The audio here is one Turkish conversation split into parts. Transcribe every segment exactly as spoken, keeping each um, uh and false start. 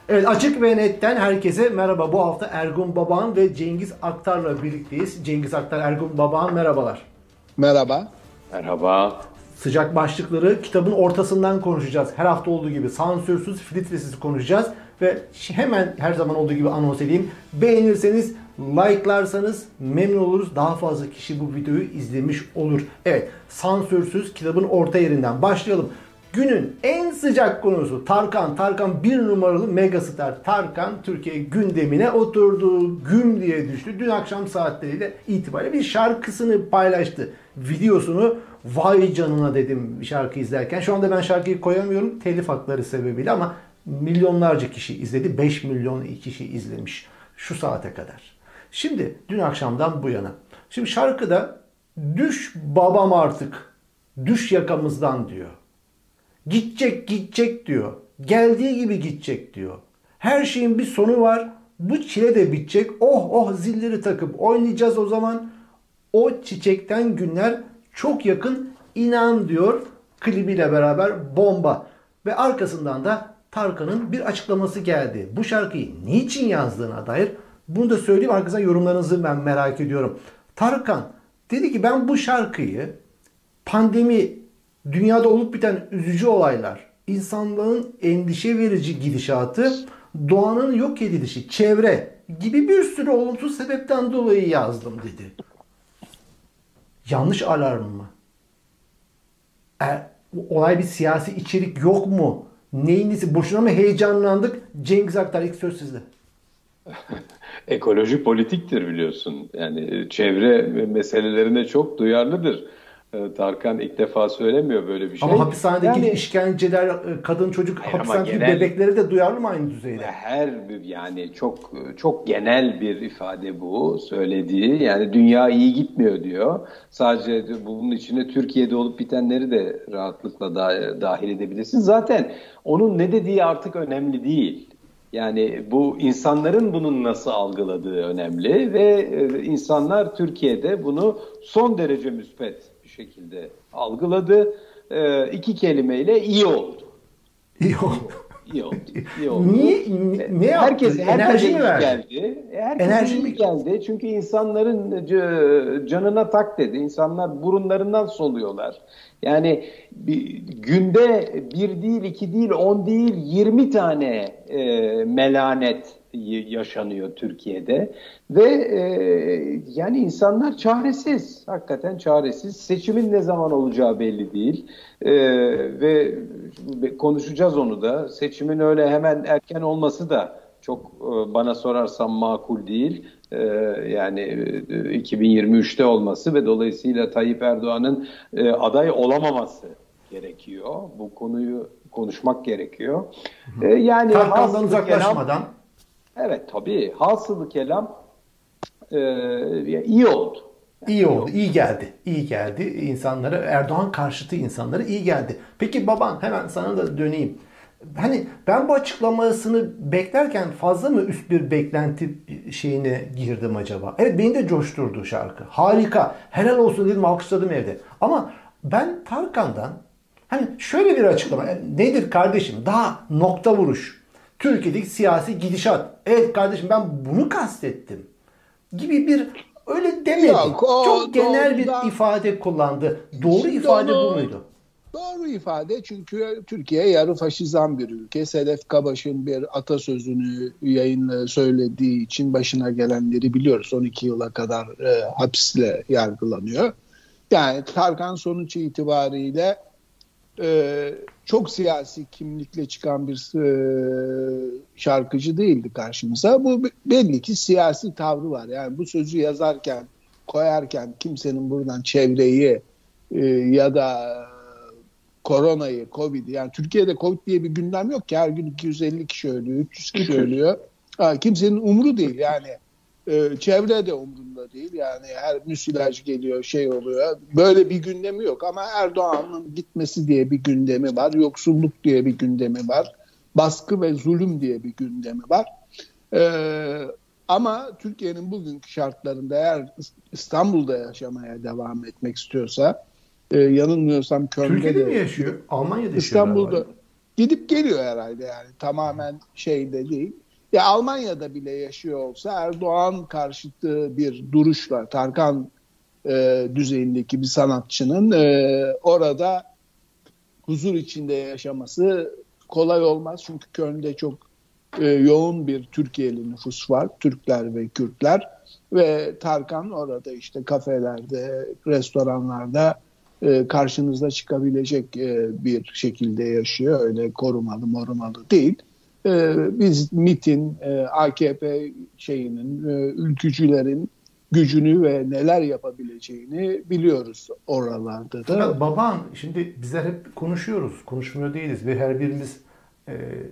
Evet, Açık ve Net'ten herkese merhaba. Bu hafta Ergun Babağan ve Cengiz Aktar'la birlikteyiz. Cengiz Aktar, Ergun Babağan, merhabalar. Merhaba. Merhaba. Sıcak başlıkları kitabın ortasından konuşacağız. Her hafta olduğu gibi sansürsüz, filtresiz konuşacağız. Ve hemen her zaman olduğu gibi anons edeyim. Beğenirseniz, like'larsanız memnun oluruz. Daha fazla kişi bu videoyu izlemiş olur. Evet, sansürsüz kitabın orta yerinden başlayalım. Günün en sıcak konusu Tarkan. Tarkan bir numaralı megastar Tarkan Türkiye gündemine oturdu. Güm diye düştü. Dün akşam saatleriyle itibariyle bir şarkısını paylaştı. Videosunu vay canına dedim şarkı izlerken. Şu anda ben şarkıyı koyamıyorum telif hakları sebebiyle ama milyonlarca kişi izledi. beş milyon kişi izlemiş şu saate kadar. Şimdi dün akşamdan bu yana. Şimdi şarkıda düş babam artık. Düş yakamızdan diyor. Gidecek gidecek diyor. Geldiği gibi gidecek diyor. Her şeyin bir sonu var. Bu çile de bitecek. Oh oh zilleri takıp oynayacağız o zaman. O çiçekten günler çok yakın, inan diyor. Klibiyle beraber bomba. Ve arkasından da Tarkan'ın bir açıklaması geldi. Bu şarkıyı niçin yazdığına dair bunu da söyleyeyim. Arkasından yorumlarınızı ben merak ediyorum. Tarkan dedi ki ben bu şarkıyı pandemi, dünyada olup biten üzücü olaylar, insanlığın endişe verici gidişatı, doğanın yok edilişi, çevre gibi bir sürü olumsuz sebepten dolayı yazdım dedi. Yanlış alarm mı? E, olay bir siyasi içerik yok mu? Neyin nesi? Boşuna mı heyecanlandık? Cengiz Aktar, ilk söz sizde. Ekoloji politiktir biliyorsun. Yani çevre meselelerine çok duyarlıdır. Tarkan ilk defa söylemiyor böyle bir şey. Ama hapishanedeki yani, işkenceler, kadın çocuk hapishanedeki bebekleri de duyarlı mı aynı düzeyde? Her yani çok çok genel bir ifade bu söylediği. Yani dünya iyi gitmiyor diyor. Sadece bunun içine Türkiye'de olup bitenleri de rahatlıkla da, dahil edebilirsin. Zaten onun ne dediği artık önemli değil. Yani bu insanların bunun nasıl algıladığı önemli ve insanlar Türkiye'de bunu son derece müspet bir şekilde algıladı. E, iki kelimeyle iyi oldu. İyi oldu. İyi oldu. İyi oldu. Niye? Ne yaptı? Herkes, herkese iyi geldi. Herkese Enerji iyi mi geldi. Çünkü insanların canına tak dedi. İnsanlar burunlarından soluyorlar. Yani bir, günde bir değil, iki değil, on değil, yirmi tane e, melanet yaşanıyor Türkiye'de ve e, yani insanlar çaresiz, hakikaten çaresiz. Seçimin ne zaman olacağı belli değil e, ve konuşacağız onu da. Seçimin öyle hemen erken olması da çok e, bana sorarsan makul değil. E, yani e, iki bin yirmi üçte olması ve dolayısıyla Tayyip Erdoğan'ın e, aday olamaması gerekiyor. Bu konuyu konuşmak gerekiyor. E, yani Tarkan'dan uzaklaşmadan. Kelam, evet tabii. Hasılı kelam e, iyi oldu. Yani iyi oldu, iyi geldi. İyi geldi insanlara, Erdoğan karşıtı insanlara iyi geldi. Peki baban, hemen sana da döneyim. Hani ben bu açıklamasını beklerken fazla mı üst bir beklenti şeyine girdim acaba? Evet, beni de coşturdu şarkı. Harika. Helal olsun dedim, alkışladım evde. Ama ben Tarkan'dan hani şöyle bir açıklama. Nedir kardeşim? Daha nokta vuruş. Türkiye'deki siyasi gidişat. Evet kardeşim, ben bunu kastettim. Gibi bir öyle demedi. Yok, o, çok genel bir ifade kullandı. Doğru ifade doğru, bu muydu? Doğru ifade, çünkü Türkiye yarı faşizan bir ülke. Sedef Kabaş'ın bir atasözünü yayınla söylediği için başına gelenleri biliyoruz. on iki yıla kadar e, hapisle yargılanıyor. Yani Tarkan sonuç itibariyle e, çok siyasi kimlikle çıkan bir e, şarkıcı değildi karşımıza. Bu belli ki siyasi tavrı var. Yani bu sözü yazarken, koyarken kimsenin buradan çevreyi e, ya da koronayı, Covid'i, yani Türkiye'de Covid diye bir gündem yok ki, her gün iki yüz elli kişi ölüyor, üç yüz kişi ölüyor. Ha, kimsenin umru değil yani. E, çevre de umrunda değil yani, her müsilaj geliyor, şey oluyor. Böyle bir gündemi yok ama Erdoğan'ın gitmesi diye bir gündemi var, yoksulluk diye bir gündemi var, baskı ve zulüm diye bir gündemi var. E, ama Türkiye'nin bugünkü şartlarında eğer İstanbul'da yaşamaya devam etmek istiyorsa, Ee, yanılmıyorsam Köln'de Türkiye'de de, mi yaşıyor? Almanya'da yaşıyor. İstanbul'da, gidip geliyor herhalde yani tamamen şeyde değil. Ya Almanya'da bile yaşıyor olsa Erdoğan karşıtı bir duruşla Tarkan e, düzeyindeki bir sanatçının e, orada huzur içinde yaşaması kolay olmaz. Çünkü Köln'de çok e, yoğun bir Türkiye'li nüfus var. Türkler ve Kürtler ve Tarkan orada işte kafelerde, restoranlarda e, karşınızda çıkabilecek e, bir şekilde yaşıyor. Öyle korumalı morumalı değil. E, biz MİT'in, e, A K P şeyinin, e, ülkücülerin gücünü ve neler yapabileceğini biliyoruz oralarda da. Fakat baban, şimdi bizler hep konuşuyoruz, konuşmuyor değiliz ve her birimiz e,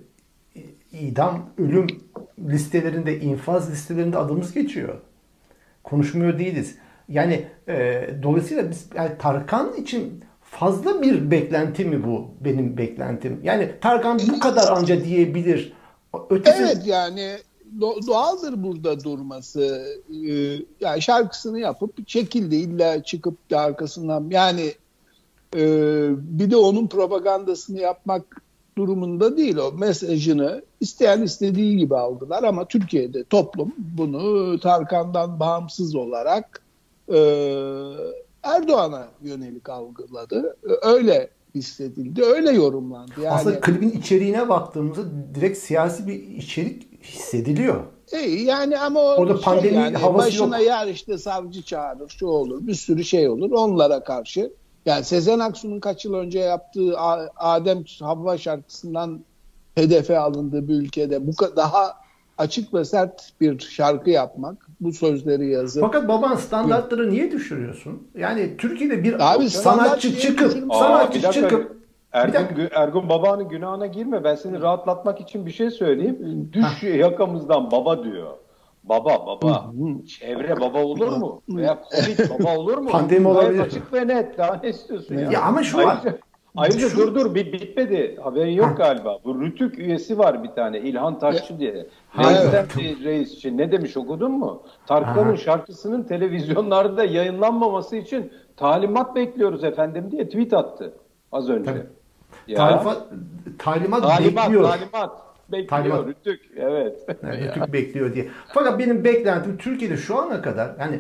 idam, ölüm listelerinde, infaz listelerinde adımız geçiyor. Konuşmuyor değiliz. Yani e, dolayısıyla biz yani Tarkan için fazla bir beklenti mi bu benim beklentim? Yani Tarkan bu kadar anca diyebilir. Ötesi... Evet yani do- doğaldır burada durması. Ee, yani şarkısını yapıp çekildi illa çıkıp da arkasından yani e, bir de onun propagandasını yapmak durumunda değil o mesajını isteyen istediği gibi aldılar ama Türkiye'de toplum bunu Tarkan'dan bağımsız olarak e, Erdoğan'a yönelik algıladı. Öyle hissedildi, öyle yorumlandı. Yani, aslında klibin içeriğine baktığımızda direkt siyasi bir içerik hissediliyor. E, yani ama o orada şey pandemi yani, havası başına yok. yer işte savcı çağırır, şu olur, bir sürü şey olur onlara karşı. Yani Sezen Aksu'nun kaç yıl önce yaptığı Adem Havva şarkısından hedefe alındığı bir ülkede bu daha açık ve sert bir şarkı yapmak, bu sözleri yazıp. Fakat baban standartları niye düşürüyorsun? Yani Türkiye'de bir Abi, sanatçı çıkıp Aa, sanatçı bir dakika. çıkıp Ergun, Ergun babanın günahına girme. Ben seni rahatlatmak için bir şey söyleyeyim. Düş yakamızdan baba diyor. Baba baba. Çevre baba olur mu? Veya Covid baba olur mu? Pandemi Gayet olabilir. açık ve net. Daha ne istiyorsun ya? Ya ama şu var. Ayrıca, ayrıca Şu- dur dur bir bitmedi. Haberin yok galiba. Bu Rütük üyesi var bir tane. İlhan Taşçı diye. Hayır. Reis'ten bir reis için. Ne demiş okudun mu? Tarkan'ın Aha. şarkısının televizyonlarda yayınlanmaması için talimat bekliyoruz efendim diye tweet attı az önce. Tabii. Ya. Talimat, talimat, Talimat, bekliyor. talimat. Bekliyor. Talimat. Rütük. Evet. Yani Rütük bekliyor diye. Fakat benim beklentim Türkiye'de şu ana kadar yani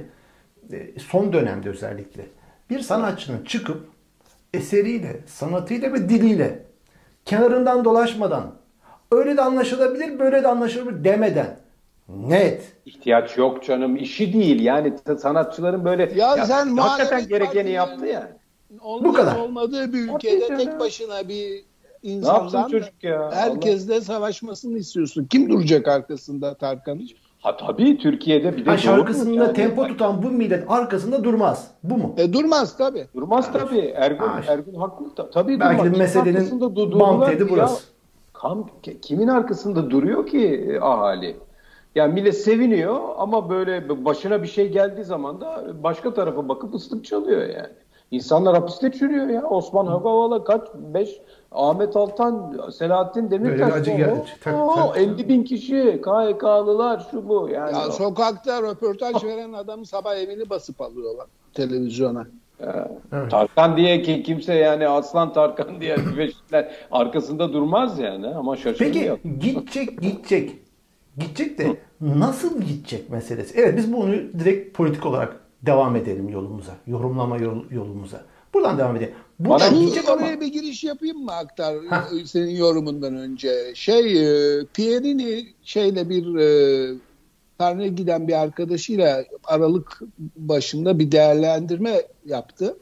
e, son dönemde özellikle bir sanatçının çıkıp eseriyle, sanatıyla ve diliyle kenarından dolaşmadan öyle de anlaşılabilir, böyle de anlaşılabilir demeden net. İhtiyaç yok canım. İşi değil. Yani sanatçıların böyle Ya sen hakikaten muhalefet gerekeni partilerinin yaptı ya. olmadığı, Bu kadar. olmadığı bir Tabii ülkede canım. tek başına bir Ne yapsın insandan çocuk ya? herkesle savaşmasını istiyorsun. Kim duracak arkasında Tarkan'ın? Ha tabii Türkiye'de bir de Ha, doğru şarkısında yani. tempo tutan bu millet arkasında durmaz. Bu mu? E durmaz tabii. Durmaz tabii. Ergun, Ha, işte. Ergun haklı. Ta- Tabii Belki durmaz. de Kimin meselenin arkasında du- bam durdular tedi ki burası. ya? Kam, kimin arkasında duruyor ki e, ahali? Yani millet seviniyor ama böyle başına bir şey geldiği zaman da başka tarafa bakıp ıslık çalıyor yani. İnsanlar hapiste çürüyor ya. Osman Hagavala kaç? Beş. Ahmet Altan, Selahattin Böyle bir Demirtaş. acı o- geldi. Tabii, o- tabii, tabii. elli bin kişi. K H K'lılar şu bu. Yani Ya o- sokakta röportaj veren adamı sabah evini basıp alıyorlar televizyona. Evet. Tarkan diye ki kimse yani Aslan Tarkan diye güveçler arkasında durmaz yani ama şaşırmıyor. Peki gidecek gidecek. Gidecek de nasıl gidecek meselesi. Evet biz bunu direkt politik olarak devam edelim yolumuza. Yorumlama yol- yolumuza. Buradan devam edelim. Buradan Bana- gidecek ama Oraya bir giriş yapayım mı Aktar Heh. senin yorumundan önce? Şey e, Pierini şeyle bir e, Sarnı'ya giden bir arkadaşıyla Aralık başında bir değerlendirme yaptı.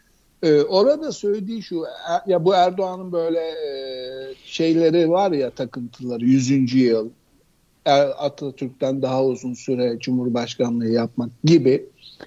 E, orada söylediği şu e, ya bu Erdoğan'ın böyle e, şeyleri var ya takıntıları yüzüncü yıl Er- Atatürk'ten daha uzun süre Cumhurbaşkanlığı yapmak gibi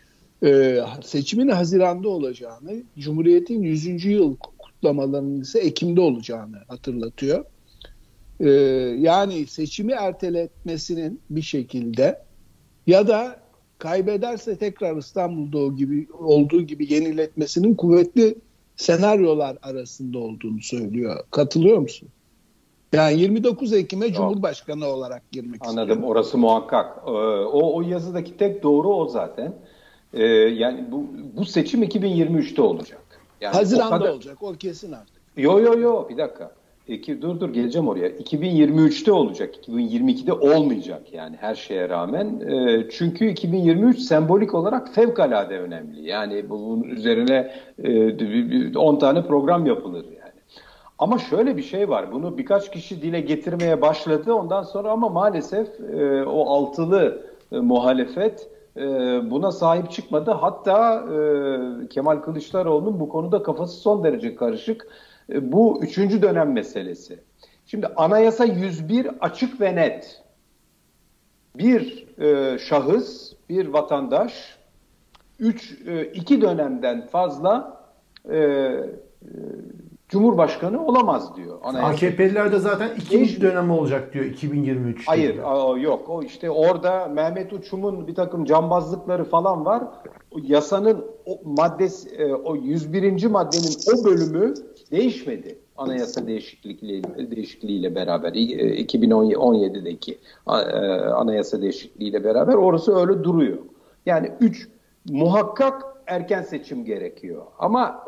e, seçimin Haziran'da olacağını, Cumhuriyet'in yüzüncü yıl kutlamalarının ise Ekim'de olacağını hatırlatıyor. E, yani seçimi erteletmesinin bir şekilde ya da kaybederse tekrar İstanbul'da o gibi olduğu gibi yeniletmesinin kuvvetli senaryolar arasında olduğunu söylüyor. Katılıyor musun? Yani yirmi dokuz Ekim'e Cumhurbaşkanı olarak girmek istiyor. Anladım, orası muhakkak. Ee, o, o yazıdaki tek doğru o zaten. Ee, yani bu, bu seçim iki bin yirmi üçte olacak. Yani o Haziran'da kadar- olacak o kesin artık. Yo yo yo bir dakika. İki, dur dur geleceğim oraya. iki bin yirmi üçte olacak. iki bin yirmi ikide olmayacak yani her şeye rağmen. E, çünkü iki bin yirmi üç sembolik olarak fevkalade önemli. Yani bunun üzerine e, on tane program yapılır yani. Ama şöyle bir şey var. Bunu birkaç kişi dile getirmeye başladı. Ondan sonra ama maalesef e, o altılı e, muhalefet e, buna sahip çıkmadı. Hatta e, Kemal Kılıçdaroğlu'nun bu konuda kafası son derece karışık. E, bu üçüncü dönem meselesi. Şimdi anayasa yüz bir açık ve net. Bir e, şahıs, bir vatandaş, üç, e, iki dönemden fazla e, e, Cumhurbaşkanı olamaz diyor. Anayasa. A K P'liler de zaten ikinci dönemi olacak diyor iki bin yirmi üçte. Hayır o, yok o işte orada Mehmet Uçum'un bir takım cambazlıkları falan var. O yasanın o maddesi, o yüz birinci maddenin o bölümü değişmedi. Anayasa değişikliğiyle, değişikliğiyle beraber iki bin on yedideki anayasa değişikliğiyle beraber orası öyle duruyor. Yani üç muhakkak erken seçim gerekiyor. Ama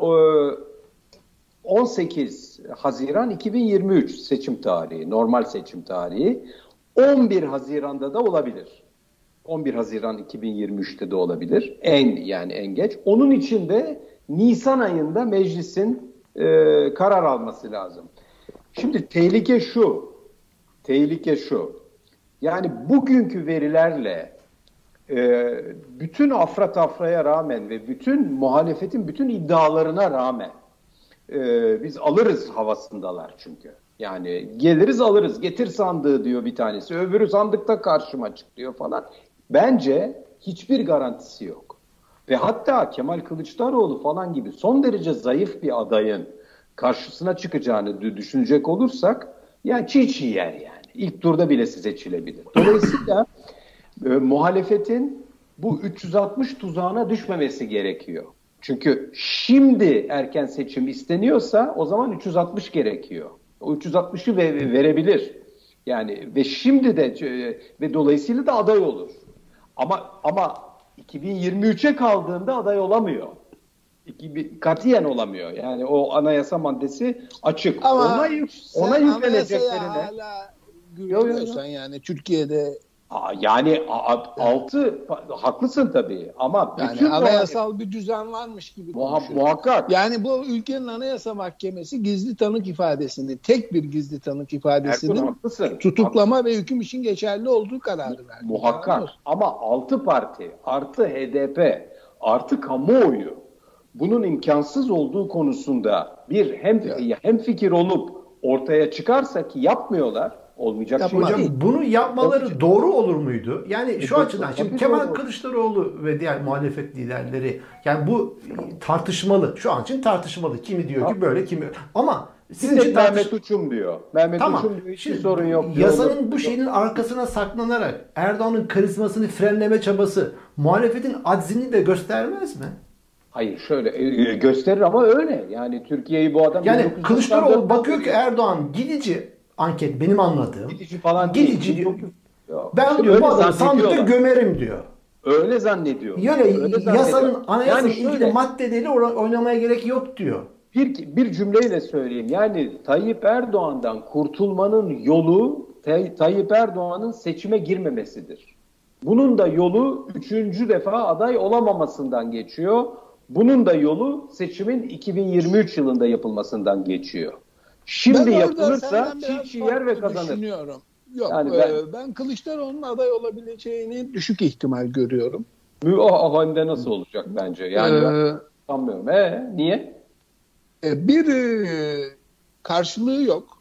on sekiz Haziran iki bin yirmi üç seçim tarihi, normal seçim tarihi. on bir Haziran'da da olabilir. on bir Haziran iki bin yirmi üçte de olabilir. En yani en geç. Onun için de Nisan ayında meclisin e, karar alması lazım. Şimdi tehlike şu. Tehlike şu. Yani bugünkü verilerle e, bütün afra tafraya rağmen ve bütün muhalefetin bütün iddialarına rağmen Ee, biz alırız havasındalar çünkü. Yani geliriz alırız. Getir sandığı diyor bir tanesi. Öbürü sandıkta karşıma çık diyor falan. Bence hiçbir garantisi yok. Ve hatta Kemal Kılıçdaroğlu falan gibi son derece zayıf bir adayın karşısına çıkacağını düşünecek olursak yani çiğ çiğ yer yani. İlk turda bile seçilebilir. Dolayısıyla e, muhalefetin bu üç yüz altmış tuzağına düşmemesi gerekiyor. Çünkü şimdi erken seçim isteniyorsa o zaman üç yüz altmış gerekiyor. O üç yüz altmışı ve, verebilir. Yani ve şimdi de ve dolayısıyla da aday olur. Ama ama iki bin yirmi üçe kaldığında aday olamıyor. iki bin, katiyen olamıyor. Yani o anayasa maddesi açık. Ama ona yük, ona yükleneceklerine. Hala güveniyorsan yani Türkiye'de Yani altı haklısın tabii ama yani bütün anayasal muha- bir düzen varmış gibi muha- muhakkak. Yani bu ülkenin Anayasa Mahkemesi gizli tanık ifadesini, tek bir gizli tanık ifadesinin Erkun, tutuklama haklısın. ve hüküm için geçerli olduğu kararı verdi. Muhakkak ama altı parti artı H D P artı kamuoyu bunun imkansız olduğu konusunda bir hem evet. hem fikir olup ortaya çıkarsa ki yapmıyorlar. Olmayacak ya şey hocam, değil. bunu yapmaları Olmayacak. Doğru olur muydu? Yani şu e, açıdan şimdi Kemal Kılıçdaroğlu ve diğer muhalefet liderleri yani bu tartışmalı. Şu an için tartışmalı. Kimi diyor ki böyle, kimi ama sizin için tartış... Mehmet Uçum diyor. Mehmet tamam. Uçum diyor hiçbir sorun yok diyor. Yasanın bu şeyinin arkasına saklanarak Erdoğan'ın karizmasını frenleme çabası muhalefetin aczini de göstermez mi? Hayır şöyle gösterir ama öyle. Yani Türkiye'yi bu adam yani Kılıçdaroğlu bakıyor ki Erdoğan gidici anket benim anladığım. Gidici falan gidici diyor. Ben işte diyor bu adamı sandıkta gömerim diyor. Öyle zannediyor. Yani öyle yasanın anayasanın yani ilgili maddeleriyle oynamaya gerek yok diyor. Bir, bir cümleyle söyleyeyim. Yani Tayyip Erdoğan'dan kurtulmanın yolu Tay- Tayyip Erdoğan'ın seçime girmemesidir. Bunun da yolu üçüncü defa aday olamamasından geçiyor. Bunun da yolu seçimin iki bin yirmi üç yılında yapılmasından geçiyor. Şimdi ben yapılırsa çiğ yer ve kazanır. Düşünüyorum. Yok, yani ben, e, ben Kılıçdaroğlu'nun aday olabileceğini düşük ihtimal görüyorum. O halde nasıl olacak bence? Yani ee, sanmıyorum. E, niye? E, bir e, karşılığı yok.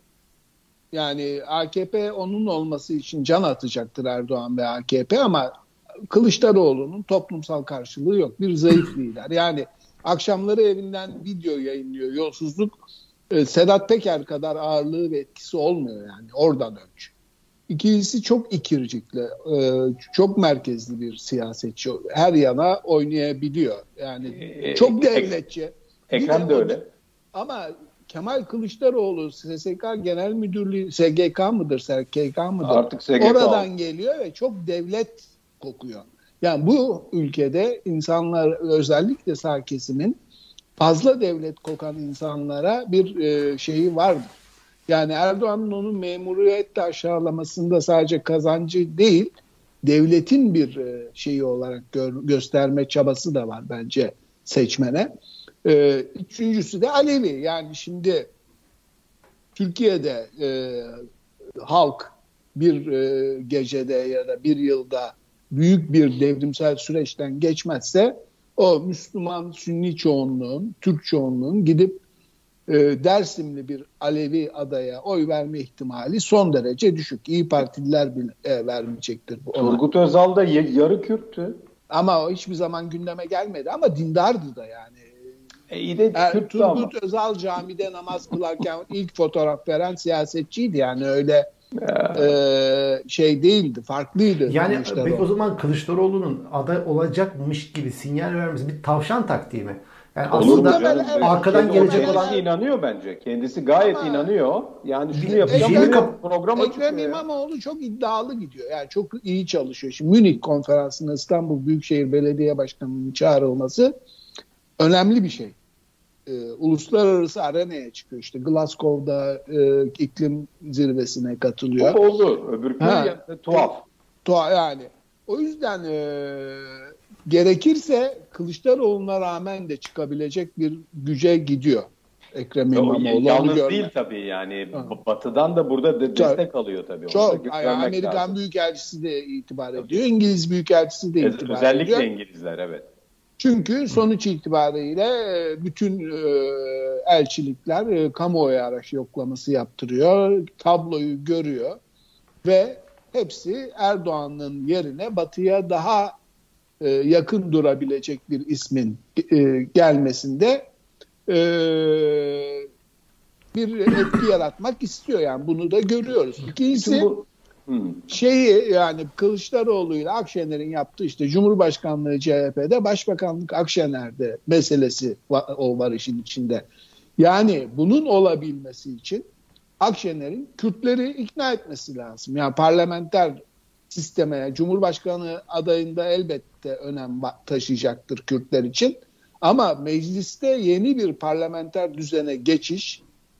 Yani A K P onun olması için can atacaktır Erdoğan ve A K P ama Kılıçdaroğlu'nun toplumsal karşılığı yok. Bir zayıf lider. Yani akşamları evinden video yayınlıyor. Yolsuzluk e, Sedat Peker kadar ağırlığı ve etkisi olmuyor yani oradan önce. İkincisi çok ikircikli, e, çok merkezli bir siyasetçi. Her yana oynayabiliyor. Yani e, çok devletçi. Ekrem de öyle. Ama Kemal Kılıçdaroğlu S S K Genel Müdürlüğü, S G K mıdır, S G K mıdır? Artık S G K oradan oldu. Geliyor ve çok devlet kokuyor. Yani bu ülkede insanlar özellikle sağ kesimin fazla devlet kokan insanlara bir e, şeyi vardır. Yani Erdoğan'ın onu memuriyetle aşağılamasında sadece kazancı değil, devletin bir şeyi olarak gör, gösterme çabası da var bence seçmene. Ee, üçüncüsü de Alevi. Yani şimdi Türkiye'de e, halk bir e, gecede ya da bir yılda büyük bir devrimsel süreçten geçmezse o Müslüman Sünni çoğunluğun, Türk çoğunluğun gidip e, Dersimli bir Alevi adaya oy verme ihtimali son derece düşük. İyi Partililer bile e, vermeyecektir bu ona. Turgut Özal da yarı Kürttü. Ama o hiçbir zaman gündeme gelmedi ama dindardı da yani. E, iyi de Er, Kürttü Turgut ama. Özal camide namaz kılarken ilk fotoğraf veren siyasetçiydi yani öyle e, şey değildi, farklıydı. Yani peki o zaman Kılıçdaroğlu'nun aday olacakmış gibi sinyal vermesi bir tavşan taktiği mi? Yani Olur aslında canım, evet. arkadan Kendi gelecek kendisi olan inanıyor bence. Kendisi gayet Ama inanıyor. Yani şunu Bir- yapacağım. Ekrem- Ekrem, programa Ekrem çıkıyor ya. İmamoğlu çok iddialı gidiyor. Yani çok iyi çalışıyor. Şimdi Münih Konferansı'na İstanbul Büyükşehir Belediye Başkanı'nın çağrılması önemli bir şey. Ee, uluslararası arenaya çıkıyor. İşte Glasgow'da e, iklim zirvesine katılıyor. O olur. Öbür Ha. türlü tuhaf. Tuha- Yani o yüzden e, gerekirse Kılıçdaroğlu'na rağmen de çıkabilecek bir güce gidiyor Ekrem O, İmamoğlu. Onu yalnız görme. değil tabii yani. Ha. Batı'dan da burada de destek alıyor tabii. Onu da Çok. görmek Yani Amerikan lazım. Büyükelçisi de itibar ediyor. İngiliz Büyükelçisi de itibar Özellikle ediyor. İngilizler, evet. Çünkü sonuç itibariyle bütün e, elçilikler e, kamuoyu araç yoklaması yaptırıyor. Tabloyu görüyor ve hepsi Erdoğan'ın yerine Batı'ya daha e, yakın durabilecek bir ismin e, gelmesinde e, bir etki yaratmak istiyor. Yani bunu da görüyoruz. İkincisi Bu, hmm. şeyi yani Kılıçdaroğlu ile Akşener'in yaptığı işte Cumhurbaşkanlığı C H P'de, Başbakanlık Akşener'de meselesi va- o var işin içinde. Yani bunun olabilmesi için Akşener'in Kürtleri ikna etmesi lazım. Yani parlamenter sisteme, Cumhurbaşkanı adayında elbette önem taşıyacaktır Kürtler için. Ama mecliste yeni bir parlamenter düzene geçiş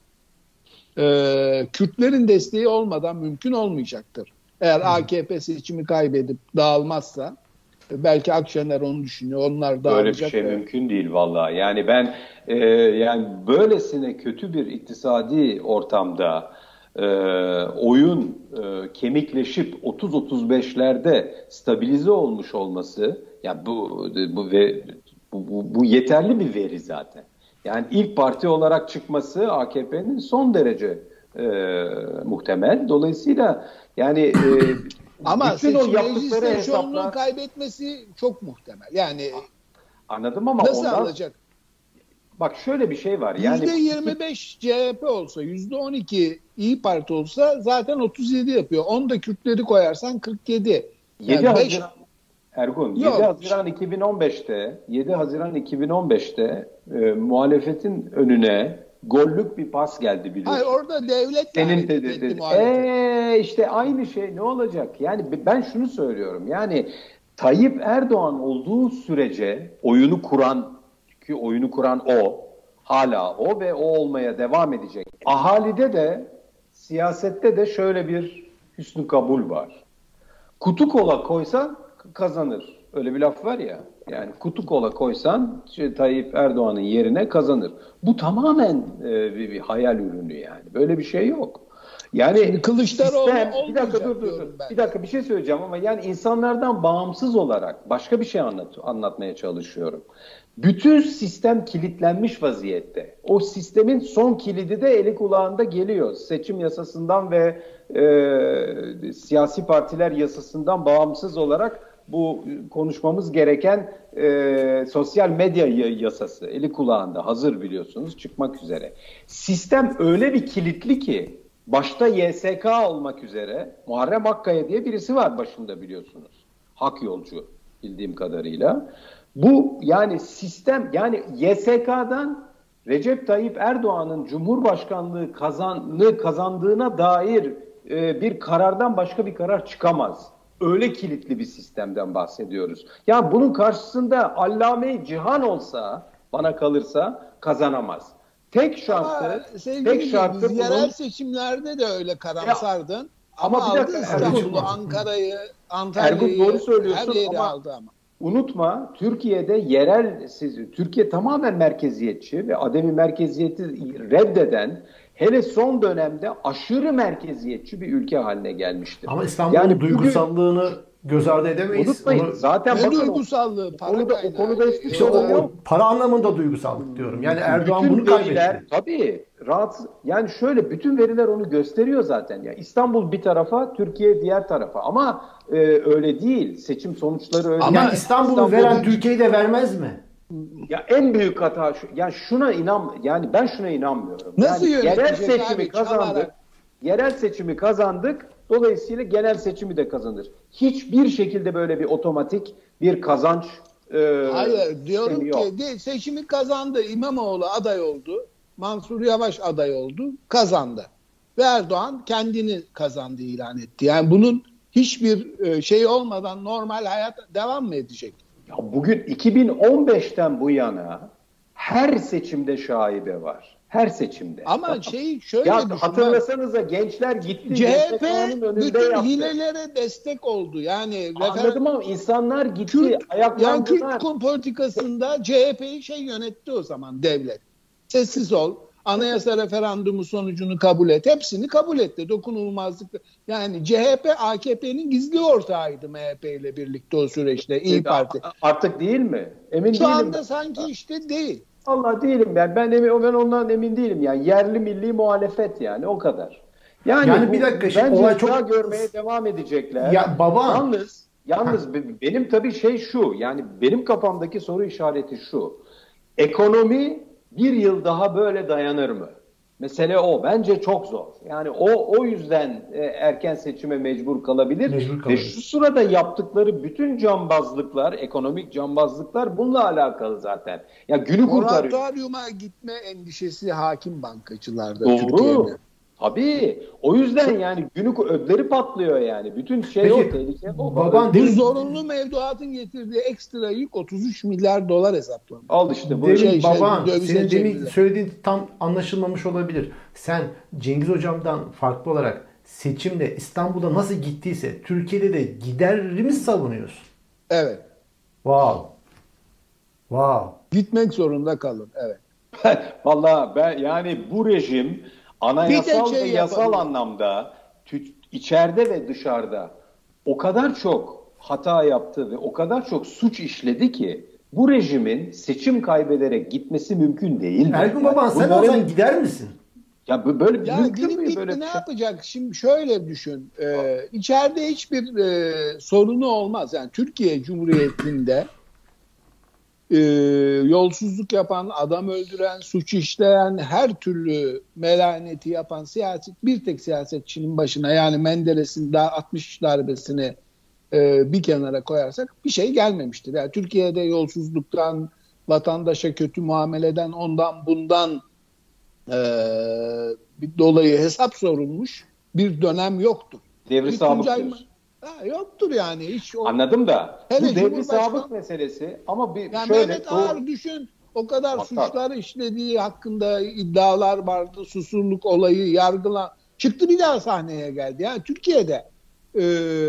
e, Kürtlerin desteği olmadan mümkün olmayacaktır. Eğer A K P seçimi kaybedip dağılmazsa belki Akşener onu düşünüyor. Onlar dağılacak. Böyle bir şey ve... mümkün değil vallahi. Yani ben e, yani böylesine kötü bir iktisadi ortamda e, oyun e, kemikleşip otuz otuz beşlerde stabilize olmuş olması ya bu bu ve bu, bu, bu yeterli bir veri zaten. Yani ilk parti olarak çıkması A K P'nin son derece e, muhtemel. Dolayısıyla yani e, ama bütün o seçim yaptıkları mecliste çoğunluğu hesaplar kaybetmesi çok muhtemel. Yani anladım ama nasıl ondan alacak? bak şöyle bir şey var. Yani yüzde yirmi beş C H P olsa, yüzde on iki İyi Parti olsa zaten otuz yedi yapıyor. on da Kürtleri koyarsan kırk yedi. yedi Yani Haziran Ergun Yok. yedi Haziran iki bin on beşte yedi Haziran iki bin on beşte e, muhalefetin önüne gollük bir pas geldi biliyorsun. Hayır, orada devlet Senin de de, de, de, muhalefet. ee, işte aynı şey ne olacak? Yani ben şunu söylüyorum. Yani Tayyip Erdoğan olduğu sürece oyunu kuran ki oyunu kuran o, hala o ve o olmaya devam edecek. Ahalide de siyasette de şöyle bir hüsnü kabul var. Kutu kola koysan kazanır. Öyle bir laf var ya. Yani kutu kola koysan şey, Tayyip Erdoğan'ın yerine kazanır. Bu tamamen e, bir, bir hayal ürünü yani. Böyle bir şey yok. Yani Şimdi Kılıçdaroğlu sistem, bir dakika olmayacak dur dur dur. diyorum ben. Bir dakika bir şey söyleyeceğim ama yani insanlardan bağımsız olarak başka bir şey anlat, anlatmaya çalışıyorum. Bütün sistem kilitlenmiş vaziyette. O sistemin son kilidi de eli kulağında geliyor. Seçim yasasından ve e, siyasi partiler yasasından bağımsız olarak bu konuşmamız gereken e, sosyal medya yasası eli kulağında hazır biliyorsunuz çıkmak üzere. Sistem öyle bir kilitli ki başta Y S K olmak üzere Muharrem Hakkaya diye birisi var başında biliyorsunuz. Hak yolcu bildiğim kadarıyla. Bu yani sistem yani Y S K'dan Recep Tayyip Erdoğan'ın Cumhurbaşkanlığı kazanlığı kazandığına dair e, bir karardan başka bir karar çıkamaz. Öyle kilitli bir sistemden bahsediyoruz. Yani bunun karşısında Allame-i Cihan olsa bana kalırsa kazanamaz. tek şartı, tek şartı biz yerel seçimlerde de öyle karamsardın. Ya, ama, ama bir aldı İstanbul'u, Ankara'yı, Antalya'yı, Ergun doğru söylüyorsun her yeri ama, aldı ama. Unutma, Türkiye'de yerel, Türkiye tamamen merkeziyetçi ve ademi merkeziyeti reddeden, hele son dönemde aşırı merkeziyetçi bir ülke haline gelmiştir. Ama İstanbul'un yani duygusallığını bugün, göz ardı edemeyiz. Unutmayın. Onu, zaten ne bakın duygusallığı, para konuda, kaynağı. O konuda hiçbir işte şey o, yok. Para anlamında duygusallık diyorum. Yani Erdoğan bütün bunu veriler, kaybetti. Tabii. Rahatsız. Yani şöyle, bütün veriler onu gösteriyor zaten. Ya İstanbul bir tarafa, Türkiye diğer tarafa. Ama e, öyle değil. Seçim sonuçları öyle. Ama Yani İstanbul'u İstanbul veren Türkiye'yi de vermez mi? Ya en büyük hata şu. Yani şuna inan, yani ben şuna inanmıyorum. Nasıl yani yerel yönetecek seçimi abi, kazandık. çalarak? Yerel seçimi kazandık. Dolayısıyla genel seçimi de kazanır. Hiçbir şekilde böyle bir otomatik bir kazanç e, Hayır, diyorum ki de, seçimi kazandı. İmamoğlu aday oldu. Mansur Yavaş aday oldu. Kazandı. Ve Erdoğan kendini kazandı ilan etti. Yani bunun hiçbir e, şey olmadan normal hayat devam mı edecek? Ya bugün iki bin on beşten bu yana her seçimde şaibe var. Her seçimde. Ama tamam. şey şöyle ya düşünün. Hatırlasanıza gençler gitti. C H P bütün yaptı. hilelere destek oldu. Yani anladım ama insanlar gitti. Kürt, ayaklandılar. yani Kürt politikasında C H P'yi şey yönetti o zaman devlet. Sessiz ol. Anayasa referandumu sonucunu kabul et. Hepsini kabul etti. Dokunulmazlık. Yani C H P A K P'nin gizli ortağıydı M H P ile birlikte o süreçte. İyi Parti. Artık değil mi? Emin Şu değilim. anda ben. sanki işte değil. Allah değilim ben. Ben emin, ben ondan emin değilim yani. Yerli milli muhalefet yani o kadar. Yani, yani bu, bir dakika şimdi bence olay çok görmeye devam edecekler. Ya baba. Yalnız yalnız benim tabii şey şu. Yani benim kafamdaki soru işareti şu. Ekonomi bir yıl daha böyle dayanır mı? Mesele o. Bence çok zor. Yani o o yüzden e, erken seçime mecbur kalabilir. Mecbur kalabilir. Ve şu sırada yaptıkları bütün cambazlıklar, ekonomik cambazlıklar bununla alakalı zaten. Ya günü kurtarıyor. Moratoryuma gitme endişesi hakim bankacılarda Doğru. Türkiye'de. Tabii. O yüzden yani günü ödleri patlıyor yani. Bütün şey Peki, o, tehlike o. Baban Bu demin, zorunlu mevduatın getirdiği ekstra yük otuz üç milyar dolar hesaplanıyor. Al işte bu. demin şey, şey, baban dövize senin demin çevirilir. söylediğin tam anlaşılmamış olabilir. Sen Cengiz Hocam'dan farklı olarak seçimde İstanbul'da nasıl gittiyse Türkiye'de de gider mi savunuyorsun? Evet. Wow. Wow. Gitmek zorunda kalın. Evet. Vallahi ben yani bu rejim anayasal şey ve yasal yapalım. anlamda tü- içeride ve dışarıda o kadar çok hata yaptı ve o kadar çok suç işledi ki bu rejimin seçim kaybederek gitmesi mümkün değil. Ergun Yani baban sen bunların- olsan gider misin? Ya bu- böyle Ya mümkün gidip mü gitti böyle bir ne şey? yapacak? Şimdi şöyle düşün. Ee, içeride hiçbir e, sorunu olmaz. Yani Türkiye Cumhuriyeti'nde e, yolsuzluk yapan, adam öldüren, suç işleyen, her türlü melaneti yapan siyaset bir tek siyasetçinin başına, yani Menderes'in daha altmış darbesini e, bir kenara koyarsak bir şey gelmemiştir. Yani Türkiye'de yolsuzluktan, vatandaşa kötü muameleden, ondan bundan e, bir dolayı hesap sorulmuş bir dönem yoktur. Devri Bir sabık Tuncay diyorsun. mı? Ha, yoktur yani. Hiç o... Anladım da Hele bu devri Cumhurbaşkanı- sabık meselesi ama bir Yani şöyle Mehmet doğru- Ağar düşün, o kadar Hatta- suçlar işlediği hakkında iddialar vardı, susurluk olayı, yargıla çıktı, bir daha sahneye geldi. Yani Türkiye'de e,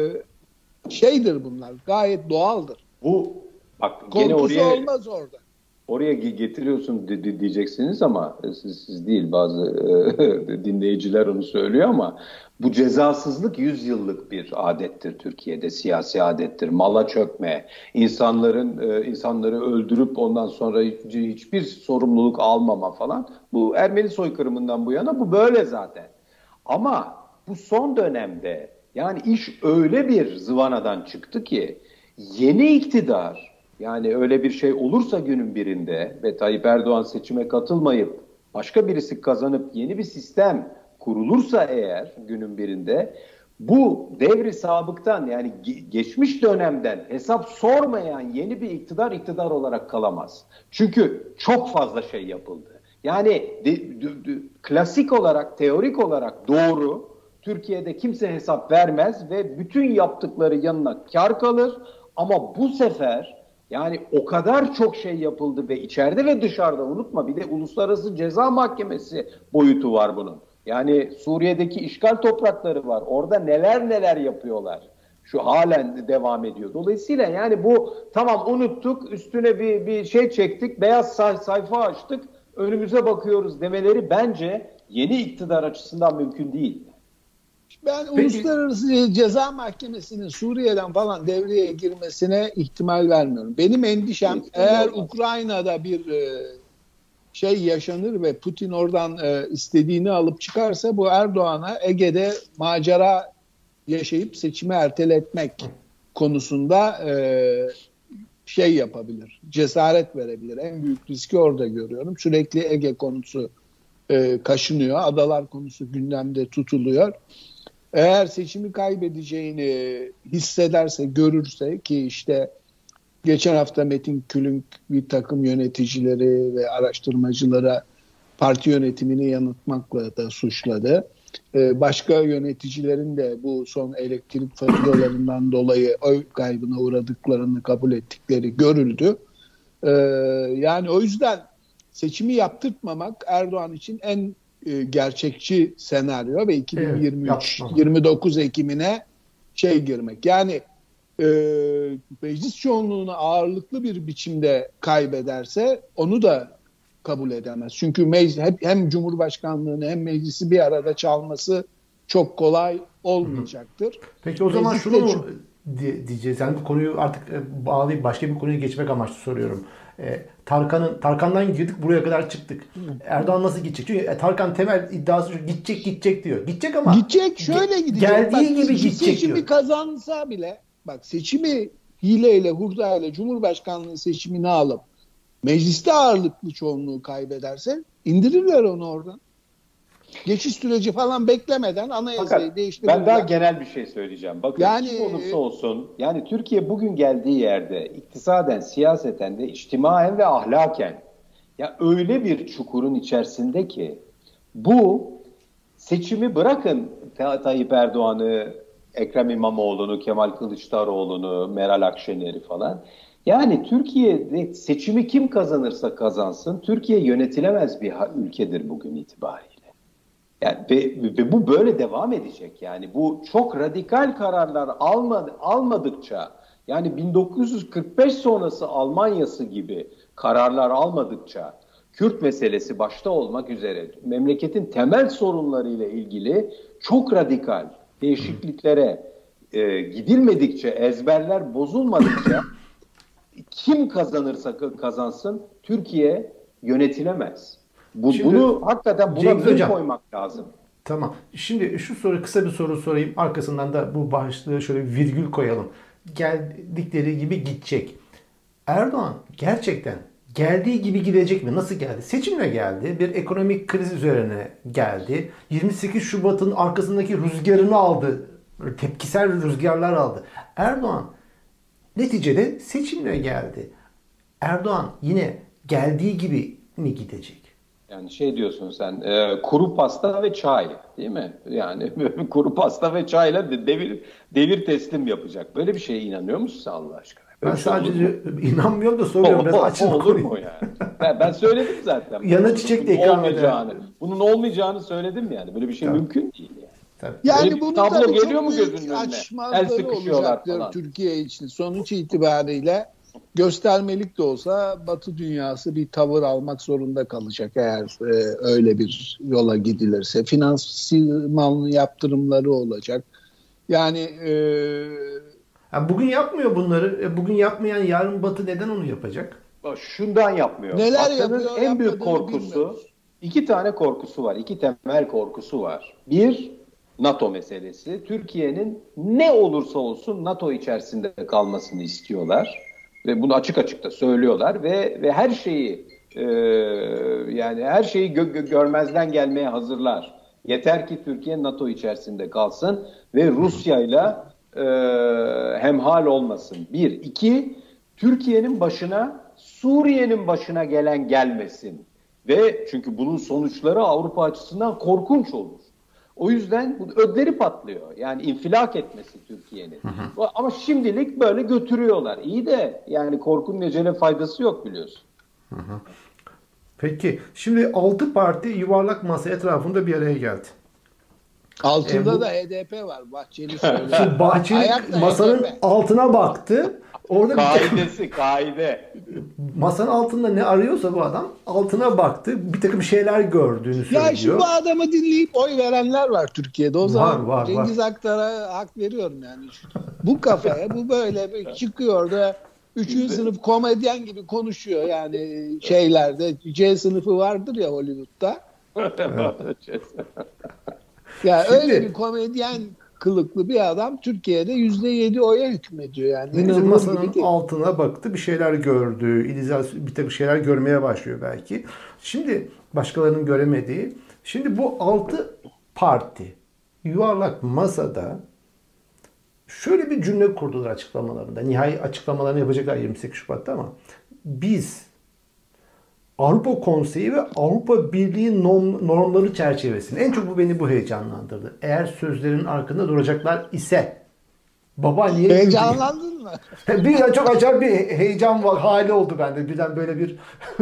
şeydir bunlar, gayet doğaldır. bu bak gene Korkusu oraya olmaz orada. oraya ge- getiriyorsun di- di- diyeceksiniz ama siz, siz değil bazı e, dinleyiciler onu söylüyor ama bu cezasızlık yüz yıllık bir adettir Türkiye'de, siyasi adettir. Mala çökme, insanların e, insanları öldürüp ondan sonra hiç, hiçbir sorumluluk almama falan. Bu Ermeni soykırımından bu yana bu böyle zaten. Ama bu son dönemde yani iş öyle bir zıvanadan çıktı ki yeni iktidar, yani öyle bir şey olursa günün birinde ve Tayyip Erdoğan seçime katılmayıp başka birisi kazanıp yeni bir sistem kurulursa eğer günün birinde bu devri sabıktan, yani ge- geçmiş dönemden hesap sormayan yeni bir iktidar iktidar olarak kalamaz. Çünkü çok fazla şey yapıldı. Yani de, de, de, klasik olarak, teorik olarak doğru, Türkiye'de kimse hesap vermez ve bütün yaptıkları yanına kar kalır. Ama bu sefer Yani o kadar çok şey yapıldı ve içeride ve dışarıda, unutma, bir de Uluslararası Ceza Mahkemesi boyutu var bunun. Yani Suriye'deki işgal toprakları var. Orada neler neler yapıyorlar. Şu halen de devam ediyor. Dolayısıyla yani bu tamam, unuttuk, üstüne bir, bir şey çektik, beyaz say- sayfa açtık, önümüze bakıyoruz demeleri bence yeni iktidar açısından mümkün değil. Ben Peki. Uluslararası Ceza Mahkemesi'nin Suriye'den falan devreye girmesine ihtimal vermiyorum. Benim endişem, Hiç eğer olmaz. Ukrayna'da bir e, şey yaşanır ve Putin oradan e, istediğini alıp çıkarsa, bu Erdoğan'a Ege'de macera yaşayıp seçimi erteletmek konusunda e, şey yapabilir, cesaret verebilir. En büyük riski orada görüyorum. Sürekli Ege konusu e, kaşınıyor, adalar konusu gündemde tutuluyor. Eğer seçimi kaybedeceğini hissederse, görürse, ki işte geçen hafta Metin Külünk bir takım yöneticileri ve araştırmacılara parti yönetimini yanıltmakla da suçladı. Ee, başka yöneticilerin de bu son elektrik faturalarından dolayı oy kaybına uğradıklarını kabul ettikleri görüldü. Ee, yani o yüzden seçimi yaptırtmamak Erdoğan için en e, gerçekçi senaryo ve iki bin yirmi üç Evet, yirmi dokuz Ekim'ine şey girmek. Yani e, meclis çoğunluğunu ağırlıklı bir biçimde kaybederse onu da kabul edemez. Çünkü meclis, hem Cumhurbaşkanlığını hem meclisi bir arada çalması çok kolay olmayacaktır. Peki o zaman Mecliste şunu mu çok- di- diyeceğiz? Yani bu konuyu artık e, bağlayıp başka bir konuya geçmek amaçlı soruyorum. E, Tarkan'ın Tarkan'dan girdik, buraya kadar çıktık. Erdoğan nasıl gidecek? Çünkü e, Tarkan temel iddiası şu: gidecek gidecek diyor. Gidecek ama Gidecek, şöyle gidecek. geldiği Bak, gibi seçim- gidecek seçimi diyor. kazansa bile, bak, seçimi hileyle, hurdayla Cumhurbaşkanlığı seçimini alıp mecliste ağırlıklı çoğunluğu kaybederse indirirler onu oradan. Geçiş süreci falan beklemeden anayasayı Fakat değiştirirler. ben daha genel bir şey söyleyeceğim. Bakın, Yani- kim olursa olsun, yani Türkiye bugün geldiği yerde iktisaden, siyaseten de, içtimaen ve ahlaken ya öyle bir çukurun içerisinde ki bu seçimi bırakın, Tay- Tayyip Erdoğan'ı, Ekrem İmamoğlu'nu, Kemal Kılıçdaroğlu'nu, Meral Akşener'i falan. Yani Türkiye'de seçimi kim kazanırsa kazansın, Türkiye yönetilemez bir ha- ülkedir bugün itibariyle. Yani ve, ve bu böyle devam edecek. Yani bu çok radikal kararlar almadı, almadıkça, yani bin dokuz yüz kırk beş sonrası Almanya'sı gibi kararlar almadıkça, Kürt meselesi başta olmak üzere memleketin temel sorunlarıyla ilgili çok radikal değişikliklere e, gidilmedikçe, ezberler bozulmadıkça kim kazanırsa kazansın Türkiye yönetilemez. Bu, Şimdi, bunu hakikaten buna Cengiz bir Hocam, koymak lazım. Tamam. Şimdi şu soru, kısa bir soru sorayım. Arkasından da bu başlığı şöyle bir virgül koyalım. Geldikleri gibi gidecek. Erdoğan gerçekten geldiği gibi gidecek mi? Nasıl geldi? Seçimle geldi. Bir ekonomik kriz üzerine geldi. yirmi sekiz Şubat'ın arkasındaki rüzgarını aldı. Böyle tepkisel rüzgarlar aldı. Erdoğan neticede seçimle geldi. Erdoğan yine geldiği gibi mi gidecek? Yani şey diyorsun sen, e, kuru pasta ve çay, değil mi? Yani kuru pasta ve çayla de- devir devir teslim yapacak. Böyle bir şeye inanıyor musun sen Allah aşkına? Böyle Ben bir şey olur sadece mu? inanmıyorum da soruyorum. Biraz O- o- açın olur konuyu. mu yani? Ben, ben söyledim zaten. Yana çiçek de Bunun ikram olmayacağını, eder. bunun olmayacağını söyledim yani. Böyle bir şey Tabii. mümkün değil yani. Tabii. Yani Böyle bir bunun tablo tabii geliyor çok mu büyük gözünün önüne? El açmazları sıkışıyorlar olacaktır falan. Türkiye için. Sonuç itibariyle göstermelik de olsa Batı dünyası bir tavır almak zorunda kalacak eğer e, öyle bir yola gidilirse. Finansman yaptırımları olacak. Yani e, Yani bugün yapmıyor bunları. E, Bugün yapmayan yarın Batı neden onu yapacak? Bak, şundan yapmıyor. Neler Batı'nın yapıyor, en büyük yapmadığını korkusu, bilmiyoruz. iki tane korkusu var. İki temel korkusu var. Bir, NATO meselesi. Türkiye'nin ne olursa olsun NATO içerisinde kalmasını istiyorlar. Ve bunu açık açık da söylüyorlar. Ve ve her şeyi e, yani her şeyi gö- gö- görmezden gelmeye hazırlar. Yeter ki Türkiye NATO içerisinde kalsın ve Rusya'yla e, hemhal olmasın. Bir. İki, Türkiye'nin başına Suriye'nin başına gelen gelmesin. Ve çünkü bunun sonuçları Avrupa açısından korkunç olur. O yüzden bu ödleri patlıyor. Yani infilak etmesi Türkiye'nin. Ama şimdilik böyle götürüyorlar. İyi de yani korkunun ecele faydası yok biliyorsun. Hı hı. Peki şimdi altı parti yuvarlak masa etrafında bir araya geldi. Altında E, bu... da H D P var. Bahçeli söylüyor. Bahçeli masanın H D P altına baktı. Orada Kaidesi, bir takım, kaide. Masanın altında ne arıyorsa bu adam altına baktı. Bir takım şeyler gördüğünü söylüyor. Ya şu bu adamı dinleyip oy verenler var Türkiye'de. O var, zaman var, Cengiz var. Aktar'a hak veriyorum yani. Bu kafaya bu böyle bir çıkıyor da üçüncü sınıf komedyen gibi konuşuyor yani şeylerde. C sınıfı vardır ya Hollywood'da. Ya Şimdi, öyle bir komedyen kılıklı bir adam Türkiye'de yüzde yedi oya hükmediyor yani. Masanın altına baktı, bir şeyler gördü. İdizasyon, bir takım şeyler görmeye başlıyor belki. Şimdi başkalarının göremediği. Şimdi bu altı parti yuvarlak masada şöyle bir cümle kurdular açıklamalarında. Nihai açıklamalarını yapacaklar yirmi sekiz Şubat'ta ama biz Avrupa Konseyi ve Avrupa Birliği normları çerçevesinde, en çok bu beni bu heyecanlandırdı. Eğer sözlerin arkasında duracaklar ise, baba niye... Heyecanlandın mı? Bir çok acayip bir heyecan var, hali oldu bende. Birden böyle bir...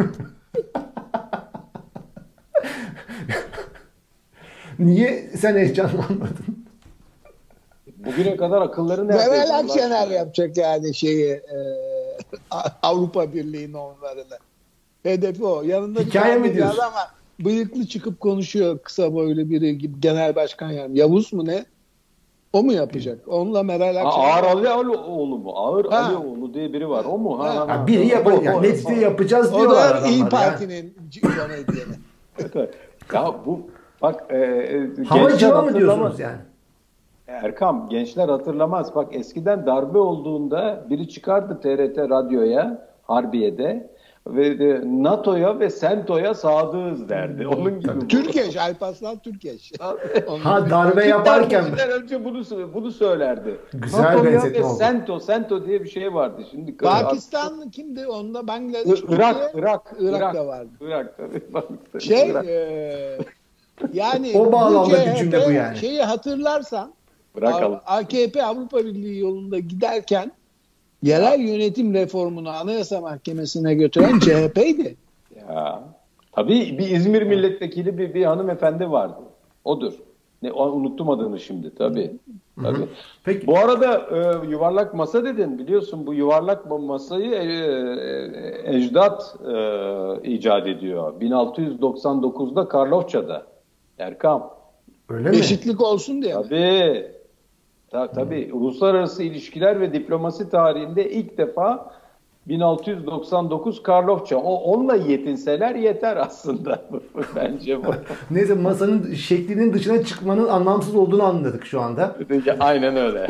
Niye sen heyecanlanmadın? Bugüne kadar akılları nerede? Meral Akşener yapacak yani şeyi e, Avrupa Birliği normlarını. Hedefi o. Yanında hikaye mi diyorsun? Ama bıyıklı çıkıp konuşuyor kısa boylu biri gibi genel başkan yani. Yavuz mu ne? O mu yapacak? Onunla Meral Akşener. Ağır Alioğlu mu? Ağır Alioğlu diye biri var. O mu? Ha, ha, ha, biri yapacak. Yani neticede yapacağız diyorlar adamlar. O da İYİ Parti'nin yöneticisi. Ya bu bak e, havacıva mı diyorsunuz yani? Erkam, gençler hatırlamaz. Bak eskiden darbe olduğunda biri çıkardı T R T radyoya, Harbiye'de ve NATO'ya ve SENTO'ya sadığız derdi. Onun gibi. Türkeş, Alparslan Türkeş. Ha darbe yaparken önce bunu bunu söylerdi. Güzel benzetme oldu. SENTO, SENTO diye bir şey vardı. Şimdi Pakistanlı kimdi? Onda Bangladeş, Irak, Irak, Irak, Irak da vardı. Irak tabii. Şey e, yani o bağlamda bir cümle bu yani. Şeyi hatırlarsan Bırakalım. A K P Avrupa Birliği yolunda giderken yerel yönetim reformunu Anayasa Mahkemesi'ne götüren C H P'ydi. Ya. Tabii bir İzmir milletvekili bir, bir hanımefendi vardı. Odur. Ne, unuttum adını şimdi tabii. Tabii. Peki. Bu arada e, yuvarlak masa dedin. Biliyorsun bu yuvarlak masayı e, e, ecdat e, icat ediyor. bin altı yüz doksan dokuzda Karlofça'da. Erkam. Öyle mi? Eşitlik olsun diye. Tabii. Ta, tabii. Hmm. Uluslararası ilişkiler ve diplomasi tarihinde ilk defa bin altı yüz doksan dokuz Karlofça. O, onunla yetinseler yeter aslında. Bence bu. Neyse masanın şeklinin dışına çıkmanın anlamsız olduğunu anladık şu anda. Aynen öyle.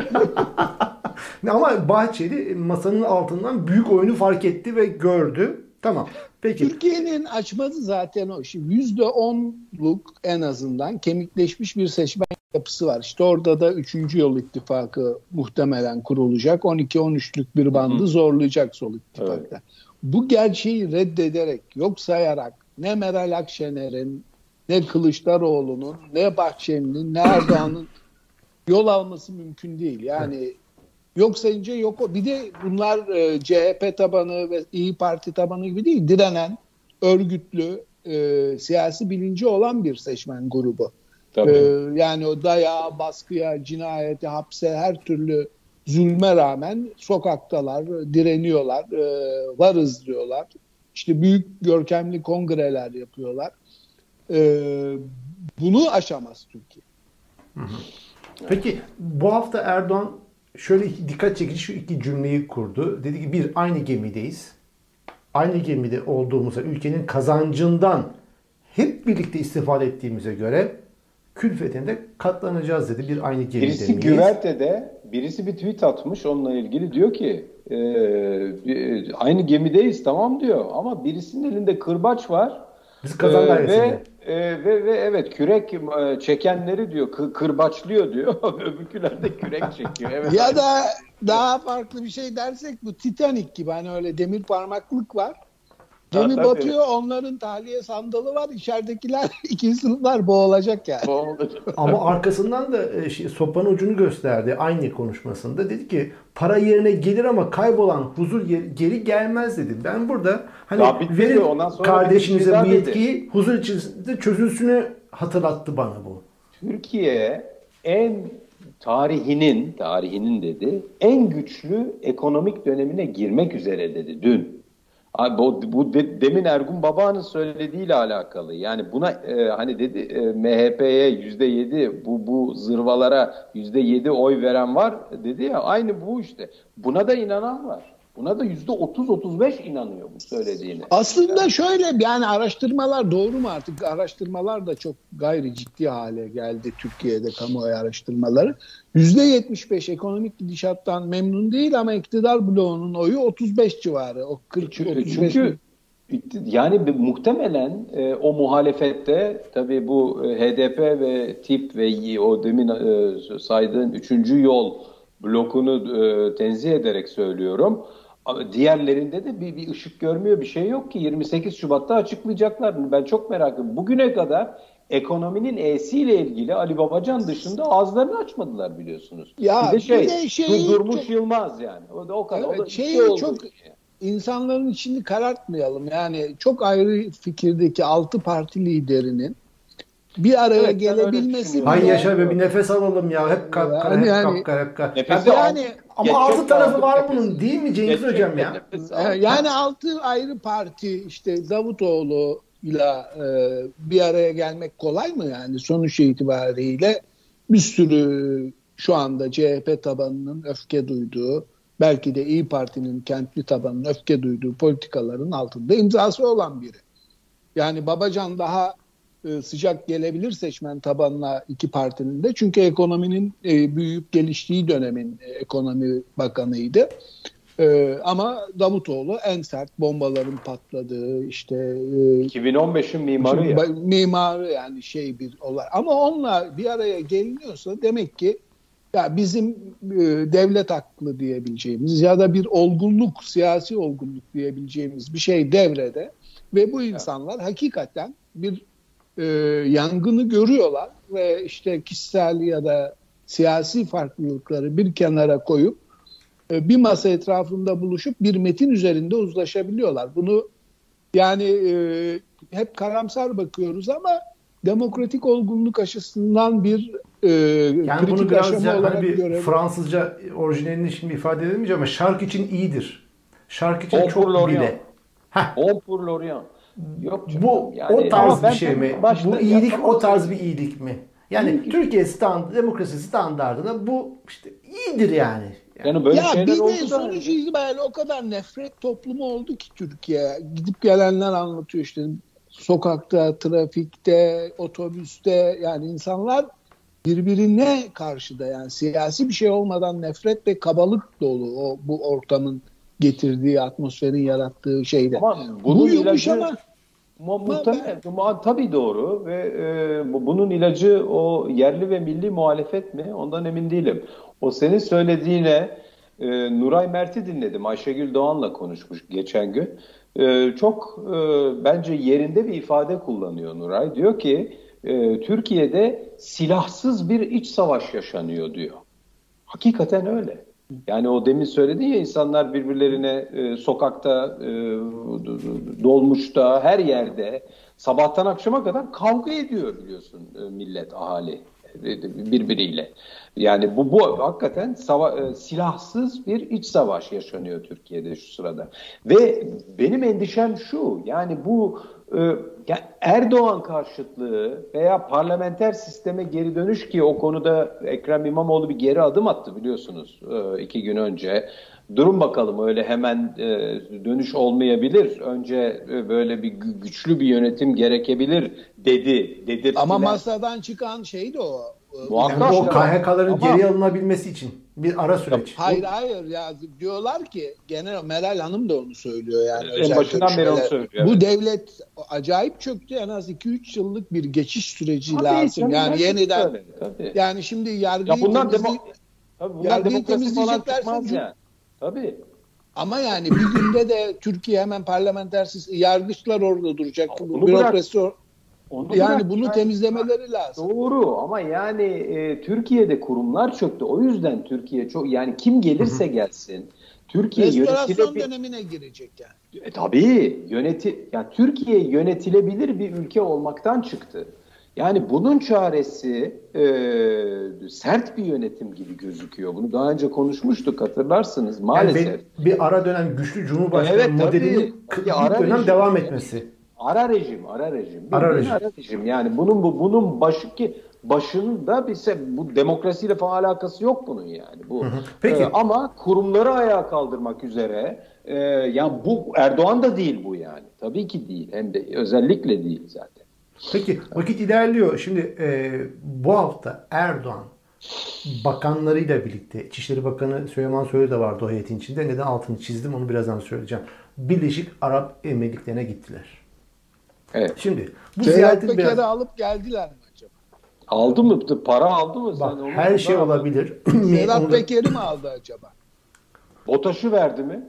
Ama Bahçeli masanın altından büyük oyunu fark etti ve gördü. Tamam. Peki. Türkiye'nin açması zaten o. Şimdi yüzde onluk en azından kemikleşmiş bir seçmen yapısı var. İşte orada da üçüncü Yol İttifakı muhtemelen kurulacak. on iki on üçlük bir bandı Hı-hı. zorlayacak Sol İttifak'ta. Evet. Bu gerçeği reddederek, yok sayarak ne Meral Akşener'in, ne Kılıçdaroğlu'nun, ne Bahçeli'nin, ne Erdoğan'ın yol alması mümkün değil. Yani yok sayınca yok o. Bir de bunlar e, C H P tabanı ve İYİ Parti tabanı gibi değil. Direnen, örgütlü, e, siyasi bilinci olan bir seçmen grubu. E, yani o dayağa, baskıya, cinayete, hapse, her türlü zulme rağmen sokaktalar, direniyorlar, e, varız diyorlar. İşte büyük görkemli kongreler yapıyorlar. E, bunu aşamaz Türkiye. Peki bu hafta Erdoğan şöyle dikkat çekici şu iki cümleyi kurdu. Dedi ki bir, aynı gemideyiz. Aynı gemide olduğumuzda ülkenin kazancından hep birlikte istifade ettiğimize göre külfetinde katlanacağız dedi. Bir aynı gemide birisi miyiz? güvertede, birisi bir tweet atmış onunla ilgili. Diyor ki e, aynı gemideyiz tamam diyor ama birisinin elinde kırbaç var. Biz kazan dairesinde. Ve, e, ve, ve evet kürek e, çekenleri diyor kı, kırbaçlıyor diyor. Öbürküler de kürek çekiyor. Evet, ya aynı. da daha farklı bir şey dersek bu Titanic gibi hani öyle demir parmaklık var. Gemi Ha, batıyor, onların tahliye sandalı var, içeridekiler ikinci sınıflar boğulacak yani. Boğulacak. Ama arkasından da e, şey, sopanın ucunu gösterdi aynı konuşmasında. Dedi ki para yerine gelir ama kaybolan huzur yer- geri gelmez dedi. Ben burada hani Ya bitmedi, verin ondan sonra bir kardeşinize şey daha bu dedi. yetkiyi huzur içerisinde çözülsünü hatırlattı bana bu. Türkiye en tarihinin, tarihinin dedi, en güçlü ekonomik dönemine girmek üzere dedi dün. Abi bu, bu de, demin Ergun Baba'nın söylediğiyle alakalı. Yani buna e, hani dedi e, M H P'ye yüzde yedi bu bu zırvalara yüzde yedi oy veren var dedi ya, aynı bu işte. Buna da inanan var. Buna da yüzde otuz otuz beş inanıyor bu söylediğine. Aslında şöyle, yani araştırmalar doğru mu artık? Araştırmalar da çok gayri ciddi hale geldi Türkiye'de, kamuoyu araştırmaları. yüzde yetmiş beş ekonomik gidişattan memnun değil ama iktidar bloğunun oyu otuz beş civarı. O kırk Çünkü, otuz beş çünkü yani muhtemelen e, o muhalefette tabii bu e, H D P ve tip ve o demin e, saydığın üçüncü yol blokunu e, tenzih ederek söylüyorum. Ama diğerlerinde de bir, bir ışık görmüyor, bir şey yok ki. yirmi sekiz Şubat'ta açıklayacaklar. Ben çok merak ediyorum. Bugüne kadar ekonominin E'siyle ilgili Ali Babacan dışında ağızlarını açmadılar biliyorsunuz. Ya, bir de şey, bir de şeyi Durmuş çok- Yılmaz yani. O da o kadar. Evet, o da şeyi iki oldu çok- işte. insanların içini karartmayalım. Yani çok ayrı fikirdeki altı parti liderinin bir araya Evet, ben öyle gelebilmesi düşünüyorum. Hay bile- yaşa be, bir nefes alalım ya. Hep kapkara, Yani- hep yani- kapkara, hep kapkara. Nefesi Yani- al- Ama geçecek altı tarafı aldık var nefesi. bunun değil mi Cengiz Geçecek Hocam de ya? nefesi Ee, al. Yani altı ayrı parti, işte Davutoğlu'yla e, bir araya gelmek kolay mı yani? Sonuç itibariyle bir sürü şu anda C H P tabanının öfke duyduğu, belki de İyi Parti'nin kentli tabanının öfke duyduğu politikaların altında imzası olan biri. Yani Babacan daha e, sıcak gelebilir seçmen tabanına iki partinin de. Çünkü ekonominin e, büyüyüp geliştiği dönemin e, ekonomi bakanıydı. Ee, ama Davutoğlu en sert bombaların patladığı, işte e, iki bin on beşin mimarı ya. ba- mimarı yani şey bir olay. Ama onunla bir araya geliniyorsa demek ki ya bizim e, devlet aklı diyebileceğimiz ya da bir olgunluk, siyasi olgunluk diyebileceğimiz bir şey devrede ve bu insanlar hakikaten bir e, yangını görüyorlar ve işte kişisel ya da siyasi farklılıkları bir kenara koyup bir masa etrafında buluşup bir metin üzerinde uzlaşabiliyorlar. Bunu yani e, hep karamsar bakıyoruz ama demokratik olgunluk açısından bir e, Yani kritik bunu biraz aşama ya, olarak hani bir görelim. Fransızca orijinalini şimdi ifade edemeyeceğim ama şark için iyidir. Şark için On çok pour Lorient. bile. Heh, On pour Lorient. Yok canım. bu Yani- o Ama tarz ben bir şey mi? başta- Bu iyilik ya, o tarz bir iyilik mi? Yani İyilik. Türkiye stand, demokrasi standartında bu işte iyidir yani. Yani Yani böyle Ya şeyler bir de oldu da. sonuç itibariyle o kadar nefret toplumu oldu ki Türkiye. Gidip gelenler anlatıyor işte, sokakta, trafikte, otobüste, yani insanlar birbirine karşı da, yani siyasi bir şey olmadan nefret ve kabalık dolu o bu ortamın getirdiği, atmosferin yarattığı şeyde. Ama bunun Bu ilacı yumuşama mu- muhtemelen mu- tabii doğru ve e, bu- bunun ilacı o yerli ve milli muhalefet mi? Ondan emin değilim. O senin söylediğine e, Nuray Mert'i dinledim. Ayşegül Doğan'la konuşmuş geçen gün. E, çok e, bence yerinde bir ifade kullanıyor Nuray. Diyor ki e, Türkiye'de silahsız bir iç savaş yaşanıyor diyor. Hakikaten öyle. Yani o demin söyledin ya, insanlar birbirlerine e, sokakta, e, dolmuşta, her yerde sabahtan akşama kadar kavga ediyor biliyorsun e, millet, ahali e, birbiriyle. Yani bu bu hakikaten sava- e, silahsız bir iç savaş yaşanıyor Türkiye'de şu sırada. Ve benim endişem şu, yani bu e, ya Erdoğan karşıtlığı veya parlamenter sisteme geri dönüş, ki o konuda Ekrem İmamoğlu bir geri adım attı biliyorsunuz e, iki gün önce. Durun bakalım, öyle hemen e, dönüş olmayabilir. Önce e, böyle bir gü- güçlü bir yönetim gerekebilir dedi. Dedirttiler. ama masadan çıkan şey de o. Muhakkak. yani o K H K'ların Ama- geri alınabilmesi için bir ara süreç. Hayır hayır ya, diyorlar ki genel Meral Hanım da onu söylüyor yani. En özel başından beri onu görüşmeler. söylüyor, Bu evet. devlet acayip çöktü, en az iki üç yıllık bir geçiş süreci Tabii, lazım. tabii, Yani tabii, yeniden tabii, tabii. yani şimdi Ya yargıyı bundan, temizley- demo tabii bundan yargıyı demokrasi falan temizleyeceklerse çıkmaz cum- yani. Tabii. Ama yani bir günde de Türkiye hemen parlamenter yargıçlar orada duracak. Onu Bürokrasi or- Onu yani bırak, bunu yani temizlemeleri lazım. Doğru ama yani e, Türkiye'de kurumlar çöktü. O yüzden Türkiye çok yani kim gelirse gelsin Türkiye Restorasyon yönetilebilir. dönemine girecek yani. E, tabii yöneti yani Türkiye yönetilebilir bir ülke olmaktan çıktı. Yani bunun çaresi e, sert bir yönetim gibi gözüküyor. Bunu daha önce konuşmuştuk, hatırlarsınız maalesef. Yani bir, bir ara dönem güçlü Cumhurbaşkanı Evet, modelinin tabii. bir Ara dönem rejim. devam etmesi. Ara rejim, ara rejim. Ara Bildiğin rejim. ara rejim. Yani bunun bu bunun başı ki başında bir se bu demokrasiyle falan alakası yok bunun yani. Bu. Hı hı. Peki. Ee, ama kurumları ayağa kaldırmak üzere e, yani bu Erdoğan da değil bu yani. Tabii ki değil. Hem de özellikle değil zaten. Peki vakit ilerliyor. Şimdi e, bu hafta Erdoğan bakanlarıyla birlikte, İçişleri Bakanı Süleyman Soylu da vardı o heyetin içinde. Neden altını çizdim onu birazdan söyleyeceğim. Birleşik Arap Emirlikleri'ne gittiler. Evet. Şimdi bu Sedat ziyaretin Peker'i biraz... alıp geldiler mi acaba? Aldı mı? Para aldı mı? Bak, Sen onu her şey da- olabilir. Sedat Onu da- Peker'i mi aldı acaba? BOTAŞ'ı verdi mi?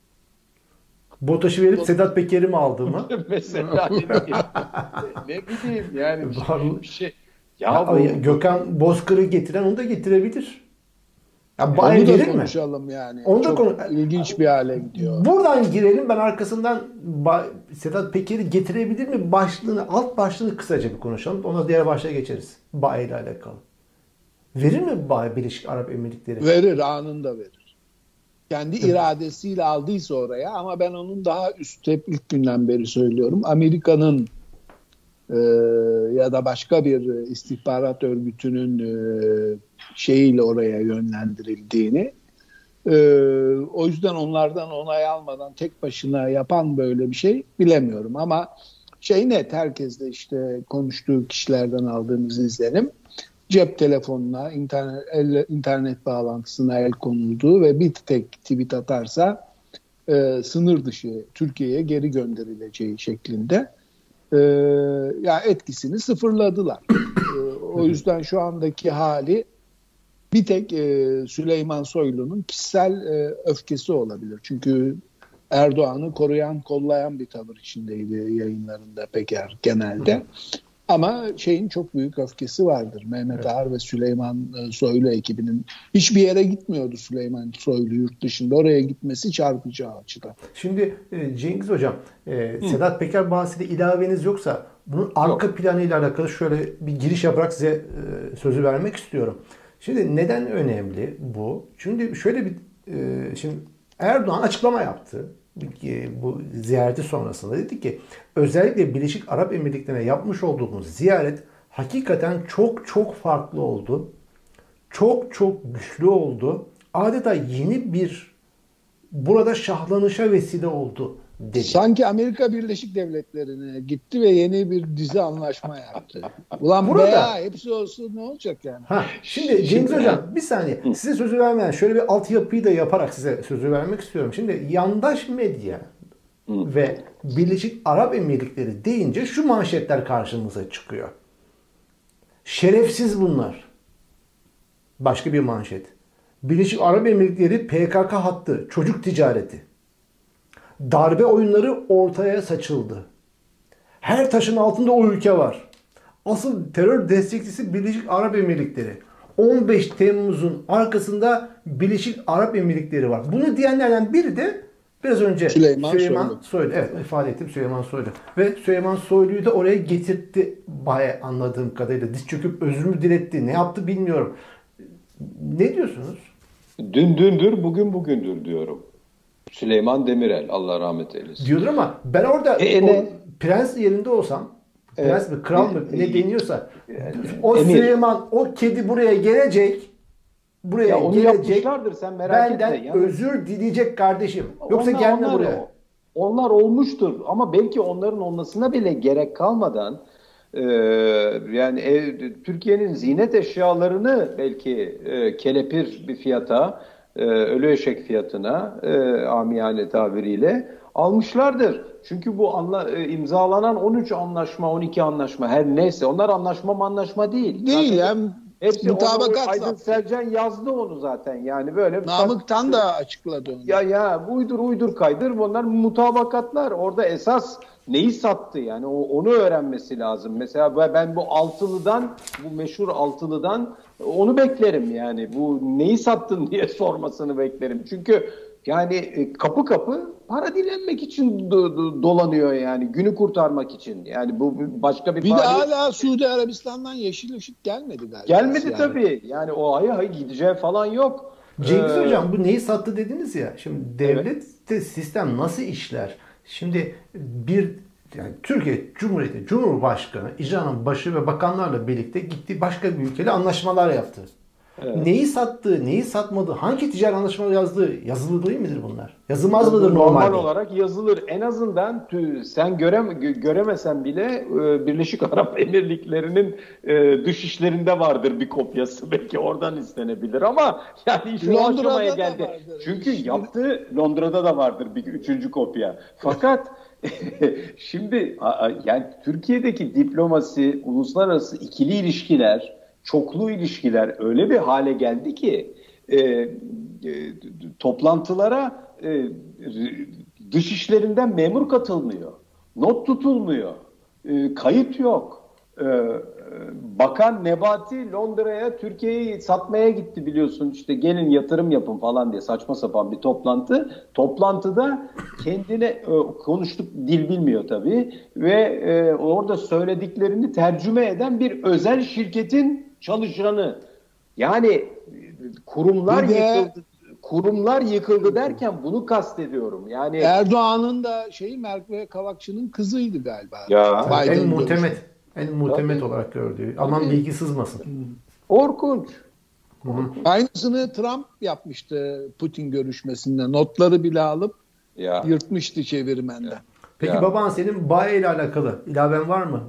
BOTAŞ'ı verip Sedat Peker'i mi aldı mı? Mesela ne bileyim. ne bileyim yani bir şey. Bir şey. Ya, Ya, bu, Gökhan Bozkır'ı getiren onu da getirebilir. Ya, Onu Bay da verir mi? konuşalım yani. Onu da Çok konu- ilginç bir hale gidiyor. Buradan girelim, ben arkasından Ba- Sedat Peker'i getirebilir mi başlığını, alt başlığını kısaca bir konuşalım. Ona diğer başlığa geçeriz. Bay ile alakalı. Verir mi Bay Birleşik Arap Emirlikleri? Verir, anında verir. Kendi iradesiyle aldıysa oraya, ama ben onun daha üst, hep ilk günden beri söylüyorum. Amerika'nın e, ya da başka bir istihbarat örgütünün e, şeyiyle oraya yönlendirildiğini, e, o yüzden onlardan onay almadan tek başına yapan böyle bir şey bilemiyorum. Ama şey net, herkes de işte konuştuğu kişilerden aldığımız izlenim, cep telefonuna, internet, el, internet bağlantısına el konulduğu ve bir tek tweet atarsa e, sınır dışı Türkiye'ye geri gönderileceği şeklinde e, ya etkisini sıfırladılar. E, o yüzden şu andaki hali bir tek e, Süleyman Soylu'nun kişisel e, öfkesi olabilir. Çünkü Erdoğan'ı koruyan, kollayan bir tavır içindeydi yayınlarında Peker genelde. Ama şeyin çok büyük öfkesi vardır. Mehmet evet. Ağar ve Süleyman Soylu ekibinin. Hiçbir yere gitmiyordu Süleyman Soylu yurt dışında. Oraya gitmesi çarpıcı açıdan. Şimdi Cengiz Hocam, e, Sedat Peker bahsinde ilaveniz yoksa bunun arka Yok. planıyla alakalı şöyle bir giriş yaparak size e, sözü vermek istiyorum. Şimdi neden önemli bu? Şimdi şöyle bir e, şimdi Erdoğan açıklama yaptı. Bu ziyareti sonrasında dedi ki özellikle Birleşik Arap Emirlikleri'ne yapmış olduğumuz ziyaret hakikaten çok çok farklı oldu. Çok çok güçlü oldu. Adeta yeni bir burada şahlanışa vesile oldu dedi. Sanki Amerika Birleşik Devletleri'ne gitti ve yeni bir dizi anlaşma yaptı. Ulan burada beya, hepsi olsun ne olacak yani? Ha, şimdi Cengiz Hocam bir saniye size sözü vermeden şöyle bir altyapıyı da yaparak size sözü vermek istiyorum. Şimdi yandaş medya ve Birleşik Arap Emirlikleri deyince şu manşetler karşımıza çıkıyor. Şerefsiz bunlar. Başka bir manşet. Birleşik Arap Emirlikleri P K K hattı, çocuk ticareti. Darbe oyunları ortaya saçıldı. Her taşın altında o ülke var. Asıl terör destekçisi Birleşik Arap Emirlikleri. on beş Temmuz'un arkasında Birleşik Arap Emirlikleri var. Bunu diyenlerden biri de biraz önce Süleyman, Süleyman Soylu. Soylu. Evet, ifade ettim, Süleyman Soylu. Ve Süleyman Soylu'yu da oraya getirtti bayağı anladığım kadarıyla. Diz çöküp özrümü diletti. Ne yaptı bilmiyorum. Ne diyorsunuz? Dün dündür, bugün bugündür diyorum. Süleyman Demirel, Allah rahmet eylesin. Diyordur ama ben orada e, o ne? prens yerinde olsam, prens mi, kral mı, e, ne deniyorsa, yani, o Emir. Süleyman, o kedi buraya gelecek, buraya ya onu gelecek, yapmışlardır, sen merak benden etme. Benden özür dileyecek kardeşim. Yoksa onlar, gelme onlar, buraya. Onlar olmuştur ama belki onların olmasına bile gerek kalmadan e, yani ev, Türkiye'nin ziynet eşyalarını belki e, kelepir bir fiyata, e, ölü eşek fiyatına e, amiyane tabiriyle almışlardır. Çünkü bu anla, e, imzalanan on üç anlaşma, on iki anlaşma her neyse onlar anlaşma anlaşma değil. Değil Zaten ya. Hepsi Mutabakat onu, Aydın zaptı. Selcan yazdı onu zaten. Yani böyle Namık Tan da açıkladı onu. Ya ya uydur uydur kaydır, bunlar mutabakatlar. Orada esas neyi sattı yani o, onu öğrenmesi lazım. Mesela ben ben bu altılıdan, bu meşhur altılıdan onu beklerim yani. Bu neyi sattın diye sormasını beklerim. Çünkü yani e, kapı kapı para dilenmek için do- do- dolanıyor yani, günü kurtarmak için. Yani bu bu başka bir Bir de faaliyet- hala Suudi Arabistan'dan yeşil ışık gelmedi galiba. gelmedi yani. tabii. Yani o ay ay gideceği falan yok. Cengiz Ee, Hocam, bu neyi sattı dediniz ya. Şimdi devlette sistem nasıl işler? Şimdi bir yani Türkiye Cumhuriyeti Cumhurbaşkanı icranın başı ve bakanlarla birlikte gitti, başka bir ülkeyle anlaşmalar yaptı. Evet. Neyi sattığı, neyi satmadığı, hangi ticari anlaşmalar yazdığı yazılı değil midir bunlar? Yazılmaz mıdır Normal normalde? olarak yazılır. En azından tü- sen görem gö- göremesen bile e, Birleşik Arap Emirlikleri'nin e, dış işlerinde vardır bir kopyası. Belki oradan istenebilir ama yani iş o Londra'da aşamaya da geldi. vardır. Çünkü İş- yaptığı Londra'da da vardır bir üçüncü kopya. Fakat şimdi a- a- yani Türkiye'deki diplomasi, uluslararası ikili ilişkiler, çoklu ilişkiler öyle bir hale geldi ki e, e, toplantılara e, dış işlerinden memur katılmıyor. Not tutulmuyor. E, kayıt yok. E, Bakan Nebati Londra'ya Türkiye'yi satmaya gitti biliyorsun. İşte gelin yatırım yapın falan diye saçma sapan bir toplantı. Toplantıda kendine e, konuştuk, dil bilmiyor tabii ve e, orada söylediklerini tercüme eden bir özel şirketin çalışanı. Yani kurumlar Bir de- yıkıldı. Kurumlar yıkıldı derken bunu kastediyorum. Yani Erdoğan'ın da şeyi Merve Kavakçı'nın kızıydı galiba. Ya, Biden En görüşü. muhtemet, en muhtemet Tabii. olarak gördüğü. Aman Tabii. bilgi sızmasın. korkunç. Aynısını Trump yapmıştı Putin görüşmesinde. Notları bile alıp Ya. yırtmıştı çevirmenden. Peki Ya. baban, senin Baye ile alakalı ilaven var mı?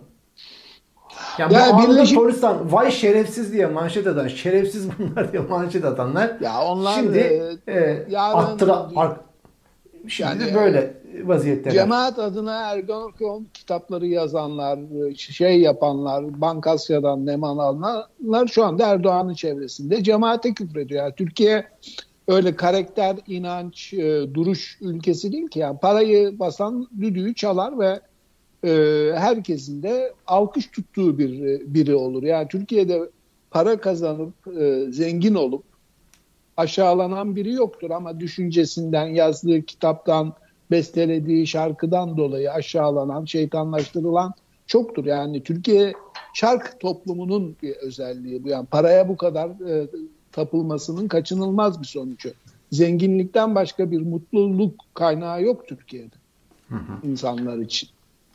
Yani Ya bu anında Birleşik- Polistan vay şerefsiz diye manşet atan, şerefsiz bunlar diye manşet atanlar. Ya onlar, şimdi e, e, yarın- attıra, ar- şimdi Yani, böyle vaziyetteler. Cemaat adına Ergenekon kitapları yazanlar, şey yapanlar, Bankasya'dan neman alanlar şu anda Erdoğan'ın çevresinde cemaate küfrediyor. Yani Türkiye öyle karakter, inanç, e, duruş ülkesi değil ki. Yani parayı basan düdüğü çalar ve e, herkesin de alkış tuttuğu bir e, biri olur. Yani Türkiye'de para kazanıp e, zengin olup aşağılanan biri yoktur ama düşüncesinden, yazdığı kitaptan, bestelediği şarkıdan dolayı aşağılanan, şeytanlaştırılan çoktur. Yani Türkiye şark toplumunun bir özelliği bu. Yani paraya bu kadar e, tapılmasının kaçınılmaz bir sonucu. Zenginlikten başka bir mutluluk kaynağı yok Türkiye'de insanlar için.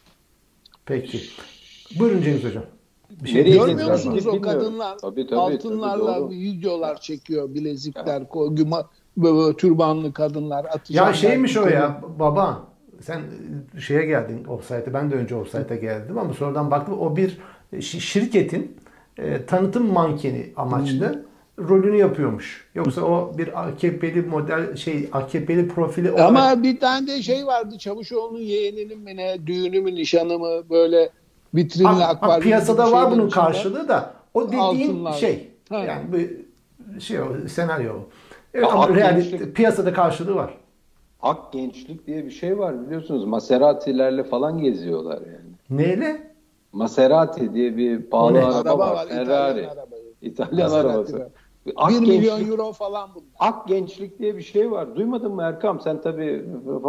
Peki. Buyurun Cengiz Hocam. Bir Nereye Görmüyor gideceğiz? musunuz o Bilmiyorum. kadınlar Tabii, tabii, altınlarla tabii, doğru. videolar çekiyor, bilezikler, ko- güma- böyle türbanlı kadınlar atacaklar. Ya şeymiş o ya baba, sen şeye geldin offsite'e, ben de önce offsite'e geldim ama sonradan baktım o bir şi- şirketin e, tanıtım mankeni amaçlı rolünü yapıyormuş. Yoksa o bir A K P'li model şey A K P'li profili olarak. Ama bir tane de şey vardı, Çavuşoğlu'nun yeğeninin mi ne, düğünü mü nişanı mı, böyle vitrinli Ha, ha, akvaryum piyasada gibi var şeyler bunun içinde. karşılığı da o dediğin Altınlar. şey. Ha. Yani bir şey o senaryo. o. Evet, Ya, ama realite, gençlik- piyasada karşılığı var. Ak gençlik diye bir şey var biliyorsunuz. Maserati'lerle falan geziyorlar yani. Neyle? Maserati diye bir O pahalı ne? araba, Araba var. var, Ferrari. İtalyan arabayı. İtalyan Maserati arabası. var. Ak bir milyon gençlik, euro falan bunlar. ak gençlik diye bir şey var. Duymadın mı Erkam? Sen tabii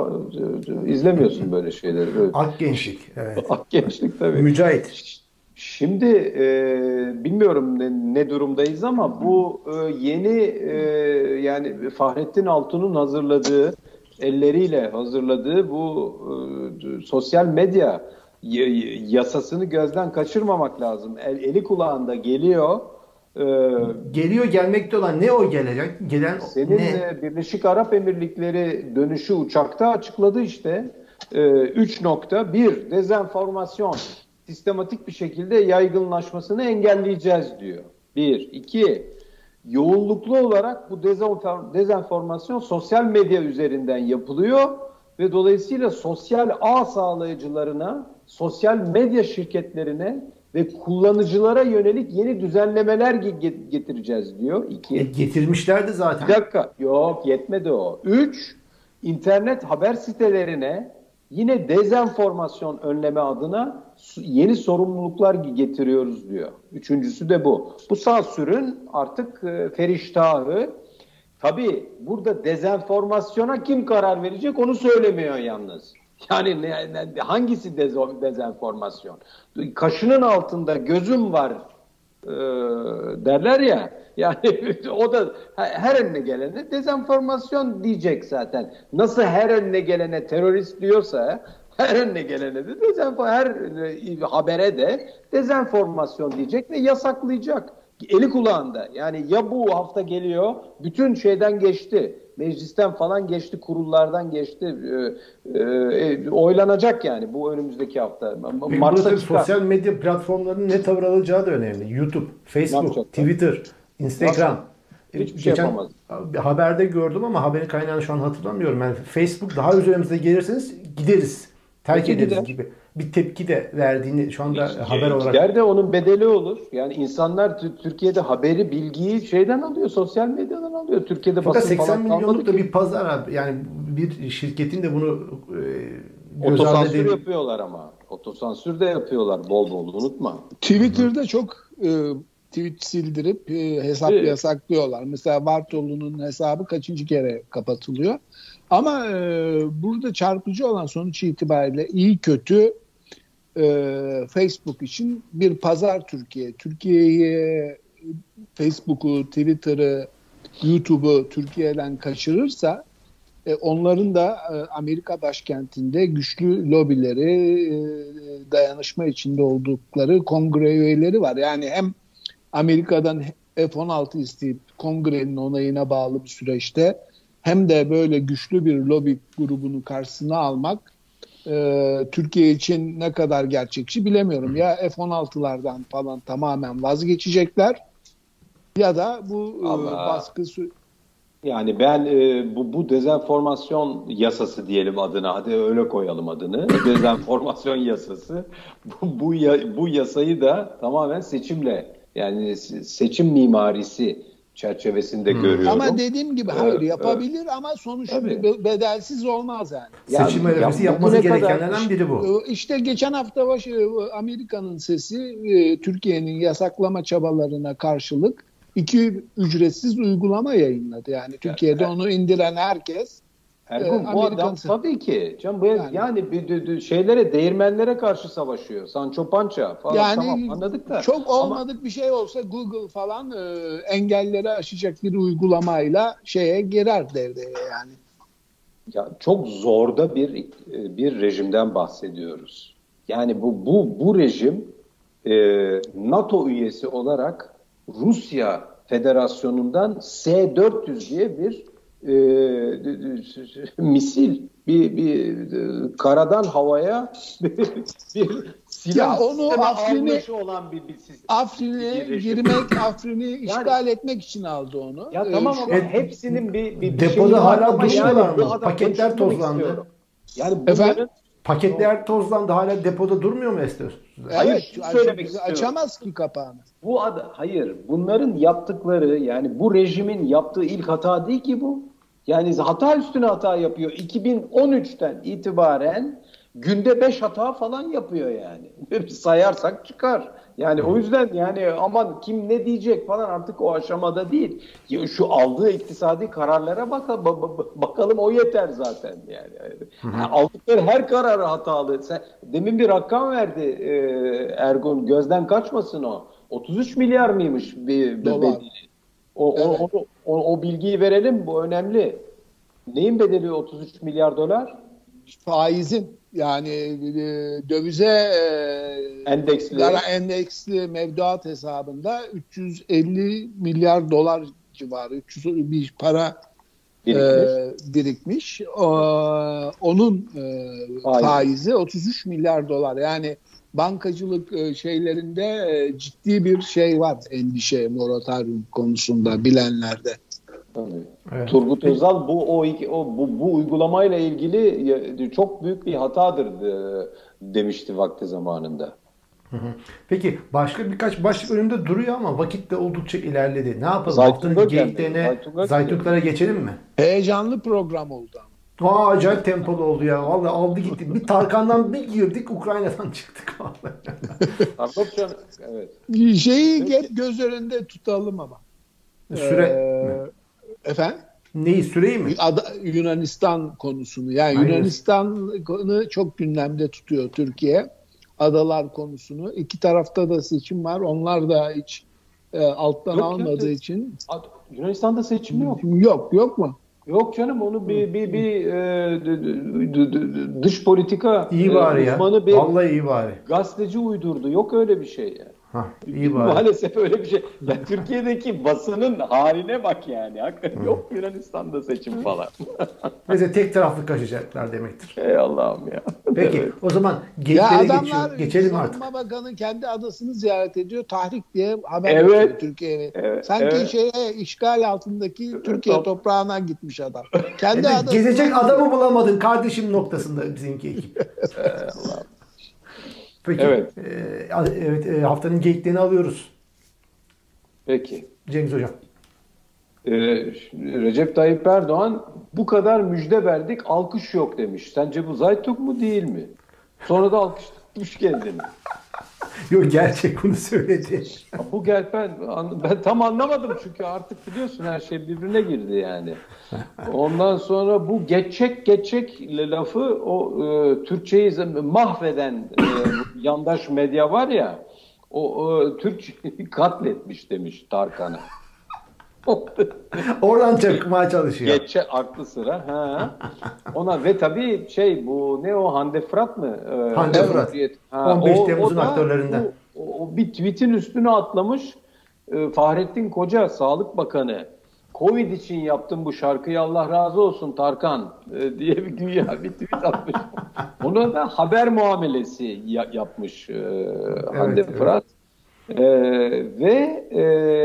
izlemiyorsun böyle şeyleri. Böyle. Ak gençlik. Evet. Ak gençlik tabii. Mücahit. Şimdi e, bilmiyorum ne, ne durumdayız ama bu e, yeni e, yani Fahrettin Altun'un hazırladığı, elleriyle hazırladığı bu e, sosyal medya y- yasasını gözden kaçırmamak lazım. El, eli kulağında geliyor. E, Geliyor, gelmekte olan ne o gelecek? Gelen senin ne? de Birleşik Arap Emirlikleri dönüşü uçakta açıkladı işte. E, üç nokta bir dezenformasyon. Sistematik bir şekilde yaygınlaşmasını engelleyeceğiz diyor. Bir. iki. Yoğunluklu olarak bu dezenfor- dezenformasyon sosyal medya üzerinden yapılıyor ve dolayısıyla sosyal ağ sağlayıcılarına, sosyal medya şirketlerine ve kullanıcılara yönelik yeni düzenlemeler getireceğiz diyor. İki. E, getirmişlerdi zaten. Bir dakika. Yok, yetmedi o. Üç, internet haber sitelerine yine dezenformasyon önleme adına yeni sorumluluklar getiriyoruz diyor. Üçüncüsü de bu. Bu sansürün artık e, feriştahı. Tabii burada dezenformasyona kim karar verecek onu söylemiyor yalnız. Yani ne, ne, hangisi dezo, dezenformasyon? Kaşının altında gözüm var e, derler ya. Yani o da her önüne gelene dezenformasyon diyecek zaten. Nasıl her önüne gelene terörist diyorsa her önüne gelene de dezenformasyon, her habere de dezenformasyon diyecek ve yasaklayacak. Eli kulağında. Yani ya bu hafta geliyor, bütün şeyden geçti. Meclisten falan geçti, kurullardan geçti. E, e, oylanacak yani bu önümüzdeki hafta. Mart'ta sosyal medya platformlarının ne tavır alacağı da önemli. YouTube, Facebook, Twitter, Instagram. Hiçbir şey Geçen yapamaz. haberde gördüm ama haberin kaynağını şu an hatırlamıyorum. Yani Facebook daha üzerimize gelirseniz gideriz. Terk Peki ederiz gider. gibi bir tepki de verdiğini şu anda Hiç, haber olarak. Gider de onun bedeli olur. Yani insanlar Türkiye'de haberi, bilgiyi şeyden alıyor, sosyal medyadan alıyor. Türkiye'de Fakat basın seksen falan milyonluk da ki. bir pazar abi. Yani bir şirketin de bunu e, göz ardı Otosansür edebilir. yapıyorlar ama. Otosansür de yapıyorlar bol bol, unutma. Twitter'da çok e, tweet sildirip e, hesap Evet. yasaklıyorlar. Mesela Vartolu'nun hesabı kaçıncı kere kapatılıyor. Ama e, burada çarpıcı olan sonuç itibariyle iyi kötü e, Facebook için bir pazar Türkiye. Türkiye'yi, Facebook'u, Twitter'ı, YouTube'u Türkiye'den kaçırırsa e, onların da e, Amerika başkentinde güçlü lobileri, e, dayanışma içinde oldukları kongre üyeleri var. Yani hem Amerika'dan F on altı isteyip kongrenin onayına bağlı bir süreçte hem de böyle güçlü bir lobi grubunu karşısına almak e, Türkiye için ne kadar gerçekçi bilemiyorum. Ya F on altılardan falan tamamen vazgeçecekler ya da bu e, Ama- baskı sü- Yani ben e, bu, bu dezenformasyon yasası diyelim adına, hadi öyle koyalım adını. Dezenformasyon yasası. Bu, bu, ya- bu yasayı da tamamen seçimle, yani se- seçim mimarisi çerçevesinde görüyorum. ama dediğim gibi hayır Evet, yapabilir ama sonuç Tabii. be- bedelsiz olmaz yani. Ya- Seçim ya arifesi bugüne yapması kadar gerekenlerden biri bu. Ee, İşte geçen hafta başı Amerika'nın sesi e, Türkiye'nin yasaklama çabalarına karşılık iki ücretsiz uygulama yayınladı. Yani Türkiye'de onu indiren herkes Ergun, e, bu Amerikan adam se- tabii ki canım bu yani, Yani- yani tamam anladık da. çok Ama- olmadık bir şey olsa Google falan e, engelleri aşacak bir uygulamayla şeye girer devreye yani. Ya çok zorda bir bir rejimden bahsediyoruz. Yani bu bu bu rejim e, NATO üyesi olarak Rusya Federasyonu'ndan S dört yüz diye bir e, misil, bir, bir e, karadan havaya bir, bir silah Ya onu sistemi Afrin'i- almış olan bir, bir sistem. Afrin'e Bir rejim. girmek, Afrin'i işgal etmek için aldı onu. Ya Ee, tamam şu- ama Evet, hepsinin bir, bir, bir depoda şeyi var hala ama duruyorlar yani bu mı? adam- Paketler şunu demek tozlandı. istiyorum. Yani Efendim? bunların Paketler tozlandı, hala depoda durmuyor mu Ester? Hayır, Evet, şunu aç- söylemek istiyorum. açamaz ki kapağını. bu ad hayır, bunların yaptıkları, yani bu rejimin yaptığı ilk hata değil ki bu. Yani hata üstüne hata yapıyor. iki bin on üçten itibaren günde beş hata falan yapıyor yani. Sayarsak çıkar. Yani o yüzden yani aman kim ne diyecek falan artık o aşamada değil. Ya şu aldığı iktisadi kararlara bak, ba- ba- bakalım, o yeter zaten yani. Yani aldıkları her kararı hatalı. Sen, demin bir rakam verdi e, Ergun, gözden kaçmasın o. otuz üç milyar mıymış bir, bir Dolar. bedeli? O, o, Evet. o, o, o bilgiyi verelim, bu önemli. Neyin bedeli otuz üç milyar dolar? Faizin yani e, dövize e, Endeksli. gara endeksli mevduat hesabında üç yüz elli milyar dolar civarı üç yüz bir para Birikmiş. e, birikmiş. O, onun e, Faiz. faizi otuz üç milyar dolar. Yani bankacılık e, şeylerinde e, ciddi bir şey var, endişe moratorium konusunda bilenlerde. Tabii. Evet. Turgut Özal bu o, iki, o bu, bu uygulamayla ilgili ya- çok büyük bir hatadır de, demişti vakti zamanında. Peki başka birkaç başlık önümde duruyor ama vakit de oldukça ilerledi. Ne yapalım? Zaytunga Haftanın gelmedi. geyiklerine, Zaytunga Zaytunglara geçelim mi? Heyecanlı program oldu ama. Aa, acayip tempolu oldu ya. Vallahi aldı gitti. Bir Tarkan'dan bir girdik, Ukrayna'dan çıktık vallahi. Arnavutça, evet. Şeyi Peki. hep göz önünde tutalım ama. Süre Ee, efendim? neyi, süreyi mi? Ada- Yunanistan konusunu. Yani Aynen. Yunanistan'ı çok gündemde tutuyor Türkiye. Adalar konusunu. İki tarafta da seçim var. Onlar da hiç e, alttan Yok ya, almadığı de- için. Yunanistan'da seçim yok. Yok yok mu? Yok canım, onu bir bir bir e, d- d- d- d- dış politika İyi e, bari ya. uzmanı bir Vallahi iyi bari. gazeteci uydurdu. Yok öyle bir şey ya. Hah, iyi bari. Maalesef öyle bir şey. Ya Türkiye'deki basının haline bak yani. Hakikaten yok Yunanistan'da seçim falan. Neyse, tek taraflı kaçacaklar demektir. Ey Allah'ım ya. Peki Evet. o zaman Ya geyiklere adamlar geçiyor. Geçelim Savunma artık. Bakanı kendi adasını ziyaret ediyor. Tahrik diye haber Evet. yapıyor Türkiye'ye. Evet, Sanki evet. şeye işgal altındaki Türkiye top- toprağına gitmiş adam. Kendi Yani adasına gezecek adamı bulamadın kardeşim noktasında bizimki ekip. Peki. Evet. e, evet e, haftanın geyiklerini alıyoruz. Peki. Cengiz Hocam. Ee, Recep Tayyip Erdoğan bu kadar müjde verdik, alkış yok demiş. Sence bu Zaytuk mu değil mi? Sonra da alkış tutmuş kendini. Yok, gerçek bunu söyledi. Bu gel ben, ben tam anlamadım çünkü artık biliyorsun her şey birbirine girdi yani. Ondan sonra bu geçecek geçecek lafı o e, Türkçeyi mahveden e, yandaş medya var ya, o e, Türkçeyi katletmiş demiş Tarkan'a. Oradan çakmaya çalışıyor. Geçe aklı sıra. Ha. Ona ve tabii şey bu ne o Hande Fırat mı? Ee, Hande Fırat. Ha, on beş o- Temmuz'un o da aktörlerinden. bu- O, o bir tweetin üstüne atlamış. Ee, Fahrettin Koca Sağlık Bakanı, Covid için yaptım bu şarkıyı, Allah razı olsun Tarkan e, diye bir güya bir tweet atmış. Ona da haber muamelesi ya- yapmış e, Hande evet. Fırat. Ee, ve e,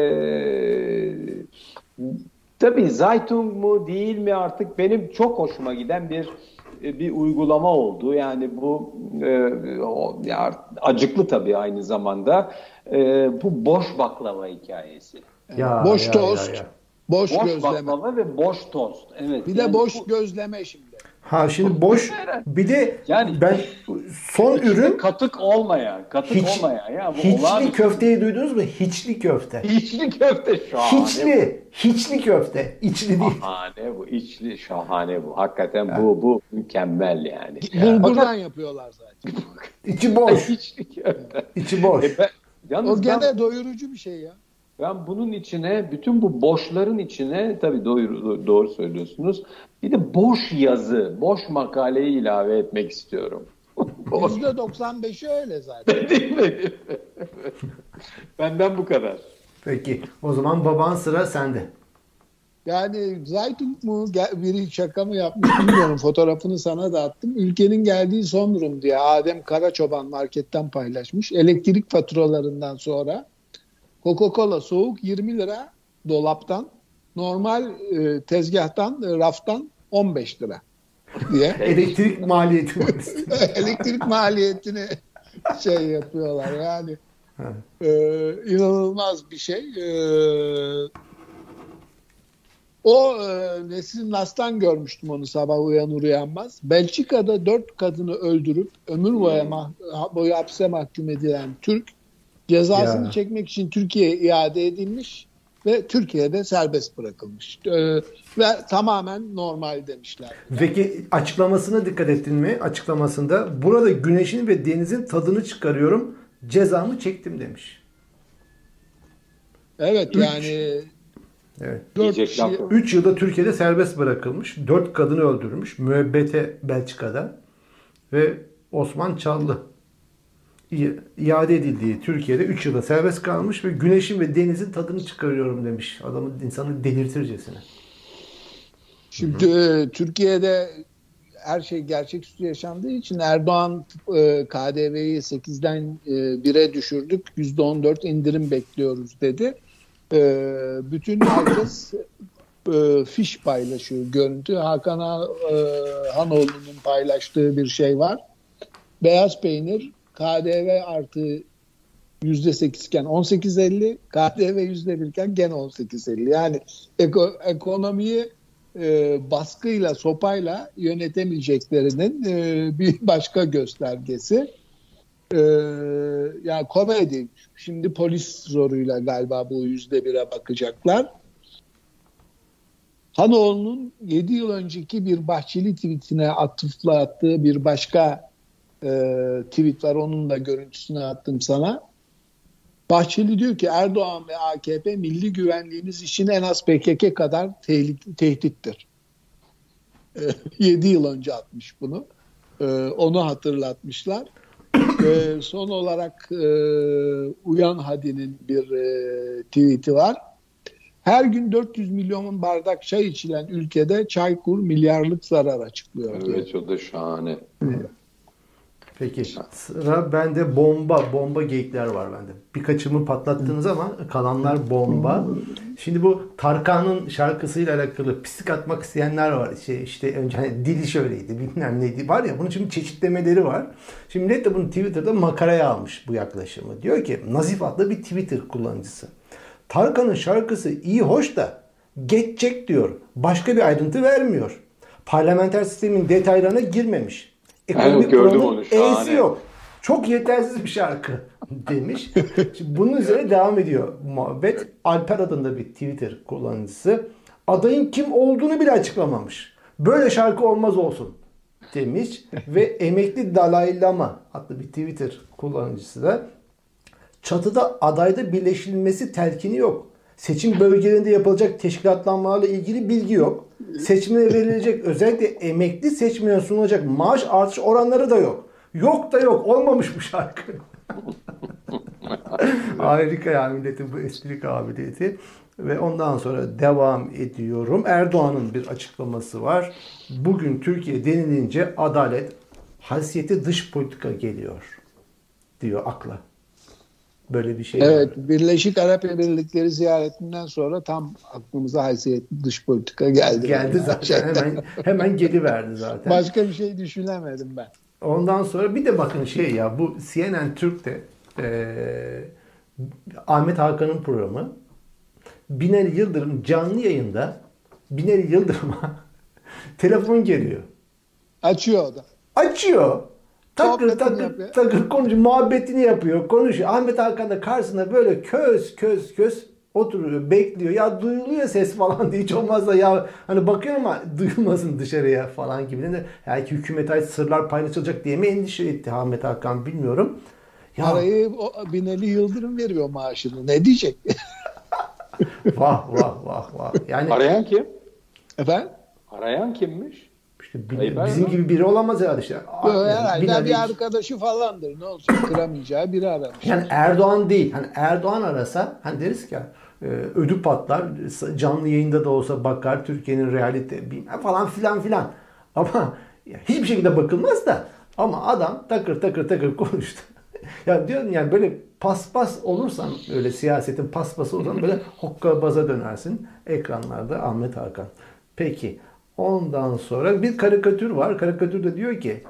tabii Zaytung mu değil mi artık benim çok hoşuma giden bir bir uygulama oldu. Yani bu e, o, ya, acıklı tabii aynı zamanda. E, bu boş baklava hikayesi. Ya, boş ya, tost, ya, ya. boş, Boş gözleme. baklava ve boş tost. Evet. Bir yani de boş bu- gözleme şimdi. Ha şimdi boş, bir de Yani- ben son İçinde ürün katık olmayan, katık hiç, olmayan ya bu hiçli olağanüstü- köfteyi duydunuz mu? Hiçli köfte. İçli köfte şahane. Hiçli, hiçli köfte. İçli değil. Şahane bu, içli şahane bu. Hakikaten bu bu mükemmel yani. Bulgurdan yapıyorlar zaten. İçi boş. İçli köfte. İçi boş. E ben, yalnız O gene ben, doyurucu bir şey ya. ben bunun içine, bütün bu boşların içine, tabii doğru, doğru söylüyorsunuz, bir de boş yazı, boş makaleyi ilave etmek istiyorum. yüzde doksan beşi öyle zaten. Değil mi? Benden bu kadar. Peki o zaman baban, sıra sende. Yani Zaytung mu gel- biri şaka mı yapmış bilmiyorum. Fotoğrafını sana da attım. Ülkenin geldiği son durum diye Adem Karaçoban marketten paylaşmış. Elektrik faturalarından sonra Coca-Cola soğuk yirmi lira dolaptan, normal e, tezgahtan, e, raftan on beş lira diye. Elektrik maliyeti var. Elektrik maliyetini şey yapıyorlar yani. Ee, inanılmaz bir şey. Ee, o e, Nesrin Nas'tan görmüştüm onu sabah uyanır uyanmaz. Belçika'da dört kadını öldürüp ömür boyu, mah- boyu hapse mahkum edilen Türk cezasını Ya. çekmek için Türkiye'ye iade edilmiş ve Türkiye'de serbest bırakılmış. Ee, ve tamamen normal demişler. Peki açıklamasına dikkat ettin mi? Açıklamasında burada güneşin ve denizin tadını çıkarıyorum, cezamı çektim demiş. Evet Üç. yani Evet. dört Diyecek kişi laf yok. üç yılda Türkiye'de serbest bırakılmış. dört kadını öldürmüş. Müebbete Belçika'da. Ve Osman Çallı i- iade edildiği Türkiye'de üç yılda serbest kalmış ve güneşin ve denizin tadını çıkarıyorum demiş. Adamın insanı delirtircesine. Şimdi e, Türkiye'de her şey gerçeküstü yaşandığı için Erdoğan e, K D V'yi sekizden e, bire düşürdük. yüzde on dört indirim bekliyoruz dedi. E, bütün herkes e, fiş paylaşıyor, görüntü. Hakan Ha- e, Hanoğlu'nun paylaştığı bir şey var. Beyaz peynir K D V artı yüzde sekiz iken on sekiz elli, K D V yüzde bir iken gene on sekiz elli. Yani eko, ekonomiyi e, baskıyla, sopayla yönetemeyeceklerinin e, bir başka göstergesi. E, yani komedi. Şimdi polis zoruyla galiba bu yüzde bire bakacaklar. Hanoğlu'nun yedi yıl önceki bir Bahçeli tweetine atıfla attığı bir başka e, tweet var. Onun da görüntüsünü attım sana. Bahçeli diyor ki Erdoğan ve A K P milli güvenliğimiz için en az P K K kadar tehlike, tehdittir. E, yedi yıl önce atmış bunu. E, onu hatırlatmışlar. E, son olarak e, Uyan Hadi'nin bir e, tweet'i var. Her gün dört yüz milyon bardak çay içilen ülkede Çaykur milyarlık zarar açıklıyor. Evet, diyor. O da şahane. Evet. Peki sıra bende bomba, bomba geyikler var bende. Birkaçımı patlattığınız ama kalanlar bomba. Şimdi bu Tarkan'ın şarkısıyla alakalı pislik atmak isteyenler var. İşte, işte önce hani dili şöyleydi, bilmem neydi. Var ya bunun şimdi çeşitlemeleri var. Şimdi millet de bunu Twitter'da makaraya almış bu yaklaşımı. Diyor ki Nazif adlı bir Twitter kullanıcısı. Tarkan'ın şarkısı iyi hoş da geçecek diyor. Başka bir ayrıntı vermiyor. Parlamenter sistemin detaylarına girmemiş. Ekonomik kuramın E'si yok. Çok yetersiz bir şarkı demiş. Şimdi bunun üzerine devam ediyor muhabbet. Alper adında bir Twitter kullanıcısı adayın kim olduğunu bile açıklamamış. Böyle şarkı olmaz olsun demiş. Ve emekli Dalai Lama adlı bir Twitter kullanıcısı da çatıda adayda birleştirilmesi telkini yok. Seçim bölgelerinde yapılacak teşkilatlanmalarla ilgili bilgi yok. Seçmene verilecek özellikle emekli seçmene sunulacak maaş artış oranları da yok. Yok da yok. Olmamış bu şarkı. Harika ya milletin bu espri kabiliyeti. Ve ondan sonra devam ediyorum. Erdoğan'ın bir açıklaması var. Bugün Türkiye denilince adalet, haysiyeti dış politika geliyor diyor akla. Böyle bir şey Evet, var. Birleşik Arap Emirlikleri ziyaretinden sonra tam aklımıza haysiyetli dış politika geldi. Geldi zaten. Hemen hemen geliverdi zaten. Başka bir şey düşünemedim ben. Ondan sonra bir de bakın şey ya bu C N N Türk'te e, Ahmet Hakan'ın programı Binali Yıldırım canlı yayında Binali Yıldırım'a telefon geliyor. Açıyor o da. Açıyor. Takır Muhabbetini takır yapıyor. takır konuşuyor. Muhabbetini yapıyor. Konuşuyor. Ahmet Hakan da karşısında böyle köz köz köz oturuyor. Bekliyor. Ya duyuluyor ses falan diye. Hiç olmazsa ya hani bakıyor ama duyulmasın dışarıya falan gibi. De, belki hükümete ait sırlar paylaşılacak diye mi endişe etti Ahmet Hakan bilmiyorum. Ya, Parayı o Binali Yıldırım veriyor maaşını. Ne diyecek? vah vah vah vah. Yani Arayan kim? Efendim? Arayan kimmiş? İşte bil- Hayır, bizim ben- gibi biri olamaz herhalde işte. Yok, herhalde Binali- bir arkadaşı falandır. Ne olacak? Kıramayacağı biri aramış. Yani Erdoğan değil. Hani Erdoğan arasa hani deriz ki e, ödü patlar. Canlı yayında da olsa bakar. Türkiye'nin realite bilmem falan filan filan. Ama ya, hiçbir şekilde bakılmaz da ama adam takır takır takır konuştu. Ya diyorum yani böyle paspas olursan öyle siyasetin paspası olursan böyle hokkabaza dönersin. Ekranlarda Ahmet Hakan. Peki ondan sonra bir karikatür var. Karikatürde diyor ki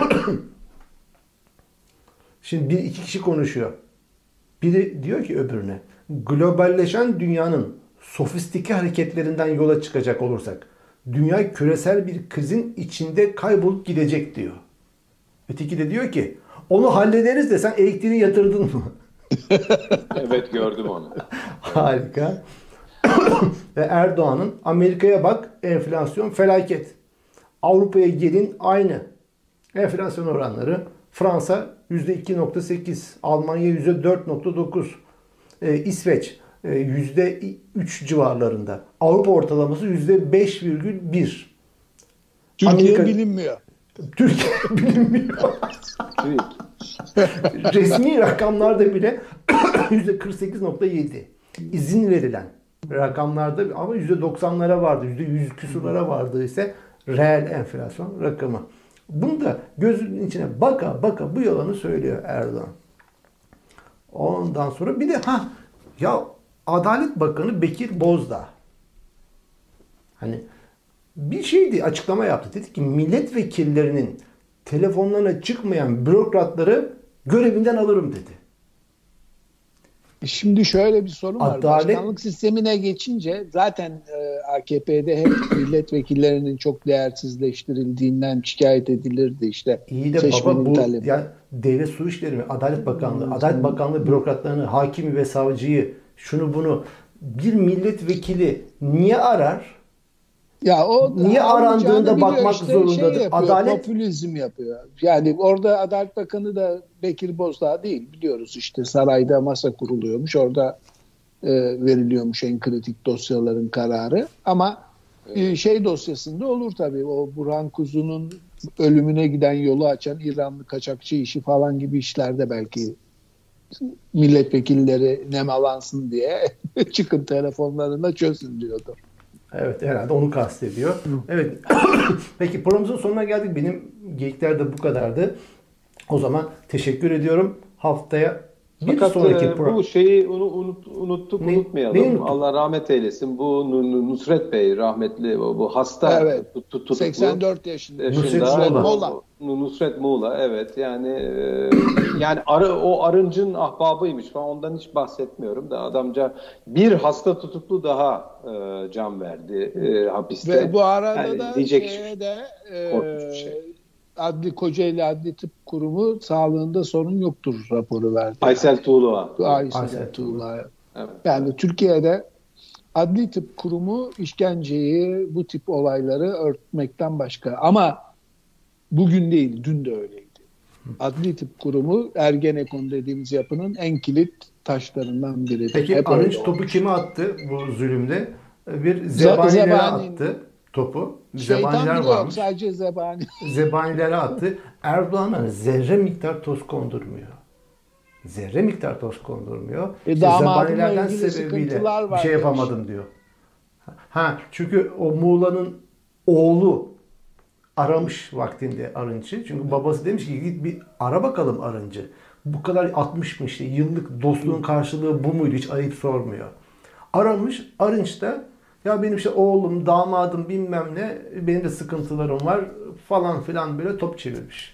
şimdi bir iki kişi konuşuyor. Biri diyor ki öbürüne globalleşen dünyanın sofistike hareketlerinden yola çıkacak olursak dünya küresel bir krizin içinde kaybolup gidecek diyor. Öteki de diyor ki onu hallederiz de sen elektriği yatırdın mı? Evet, gördüm onu. Harika. Ve Erdoğan'ın Amerika'ya bak enflasyon felaket. Avrupa'ya gelin aynı. Enflasyon oranları Fransa yüzde iki virgül sekiz, Almanya yüzde dört virgül dokuz, ee, İsveç e, yüzde üç civarlarında. Avrupa ortalaması yüzde beş virgül bir. Türkiye Amerika- bilinmiyor. Türkiye bilinmiyor. TÜİK. Resmi rakamlarda bile yüzde kırk sekiz virgül yedi. İzin verilen rakamlarda ama yüzde doksanlara vardı, yüzde yüz küsurlara vardı ise reel enflasyon rakamı. Bunu da gözünün içine baka baka bu yalanı söylüyor Erdoğan. Ondan sonra bir de ha ya Adalet Bakanı Bekir Bozdağ hani bir şeydi açıklama yaptı. Dedi ki milletvekillerinin telefonlarına çıkmayan bürokratları görevinden alırım dedi. Şimdi şöyle bir sorun var. Adalet... Başkanlık sistemine geçince zaten e, A K P'de hep milletvekillerinin çok değersizleştirildiğinden şikayet edilirdi işte. İyi de baba bu yani devlet su işleri mi? Adalet Bakanlığı, hmm. Adalet Bakanlığı bürokratlarını, hakimi ve savcıyı, şunu bunu bir milletvekili niye arar? Ya o niye arandığında bakmak işte zorundadır? Şey yapıyor, Adalet popülizm yapıyor. Yani orada Adalet Bakanı da Bekir Bozdağ değil, biliyoruz işte sarayda masa kuruluyormuş. Orada e, veriliyormuş en kritik dosyaların kararı. Ama e, şey dosyasında olur tabii. O Burhan Kuzu'nun ölümüne giden yolu açan İranlı kaçakçı işi falan gibi işlerde belki milletvekilleri nemalansın diye çıkın telefonlarında çözün diyordur. Evet, herhalde onu kastediyor. Hı. Evet. Peki programımızın sonuna geldik. Benim geyikler de bu kadardı. O zaman teşekkür ediyorum. Haftaya bir Fakat sonraki e, program. Bu şeyi unut, unuttuk ne, unutmayalım. Allah rahmet eylesin. Bu Nusret Bey rahmetli bu hasta evet. tut, tutuklu. seksen dört yaşında. Nusret Muğla. Nusret Muğla evet yani e, yani arı o arıncın ahbabıymış falan ondan hiç bahsetmiyorum da adamca bir hasta tutuklu daha e, can verdi e, hapiste. Ve bu arada yani da diyecek şeyde e, şey. Adli Kocaeli Adli Tıp Kurumu sağlığında sorun yoktur raporu verdi. Aysel Tuğlu'a. Aysel, Aysel Tuğlu'a. Evet. Yani Türkiye'de Adli Tıp Kurumu işkenceyi, bu tip olayları örtmekten başka. Ama bugün değil, dün de öyleydi. Adli Tıp Kurumu Ergenekon dediğimiz yapının en kilit taşlarından biridir. Peki Hep Arınç topu kime attı bu zulümde? Bir zebanilere Zebani... attı topu. Şeytan Zebaniler biliyor, varmış. sadece zebani. Zebanilere attı. Erdoğan'a zerre miktar toz kondurmuyor. Zerre miktar toz kondurmuyor. E, işte zebanilerden sebebiyle bir şey yapamadım demiş. Diyor. Ha, çünkü o Muğla'nın oğlu aramış vaktinde Arınç'ı. Çünkü babası demiş ki git bir ara bakalım Arınç'ı. Bu kadar altmış mı işte yıllık dostluğun karşılığı bu muydu? Hiç arayıp sormuyor. Aramış. Arınç da ya benim işte oğlum, damadım bilmem ne, benim de sıkıntılarım var falan filan böyle top çevirmiş.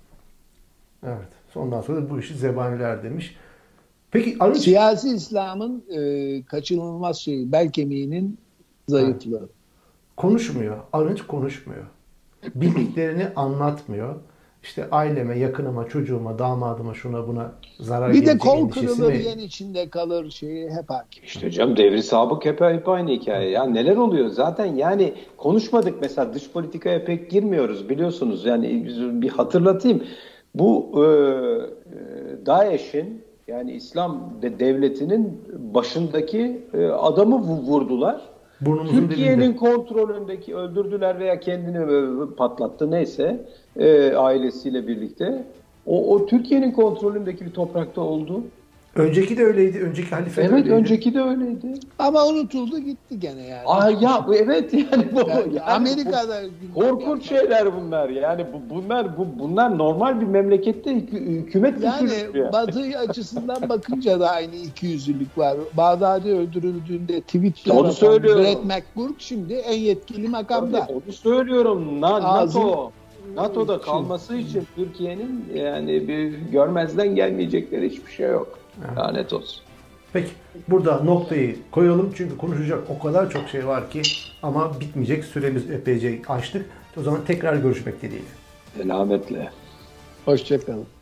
Evet. Ondan sonra bu işi zebaniler demiş. Peki Arınç... Siyasi İslam'ın e, kaçınılmaz şeyi, bel kemiğinin zayıflığı. Evet. Konuşmuyor. Arınç konuşmuyor. Bildiklerini anlatmıyor. İşte aileme, yakınıma, çocuğuma, damadıma, şuna buna zarar gelecek. Bir de gelecek kol kırılır, yen içinde kalır şeyi hep hakim. İşte canım devri sabık hep, hep aynı hikaye. Ya neler oluyor zaten yani konuşmadık mesela dış politikaya pek girmiyoruz biliyorsunuz. Yani bir hatırlatayım. Bu e, DAEŞ'in yani İslam devletinin başındaki e, adamı vurdular. Türkiye'nin kontrolündeki öldürdüler veya kendini patlattı neyse e, ailesiyle birlikte. O, o Türkiye'nin kontrolündeki bir toprakta oldu. Önceki de öyleydi. Önceki halife evet, de öyleydi. önceki de öyleydi. Ama unutuldu gitti gene yani. Aa ya evet yani bu yani, yani Amerika'da bu, korkunç yani. Şeyler bunlar. Yani bu bunlar bu bunlar normal bir memlekette hükümet yani ya. Batı açısından bakınca da aynı ikiyüzlülük var. Bağdadi öldürüldüğünde tweetler onu söylüyorum. Brett McGurk şimdi en yetkili makamda. Tabii, onu söylüyorum. Na, NATO NATO'da kalması için Türkiye'nin yani bir görmezden gelmeyecekleri hiçbir şey yok. Evet. Lanet olsun. Peki burada noktayı koyalım çünkü konuşacak o kadar çok şey var ki ama bitmeyecek, süremiz epeyce açtık. O zaman tekrar görüşmek dileğiyle. Selametle. Hoşça kalın.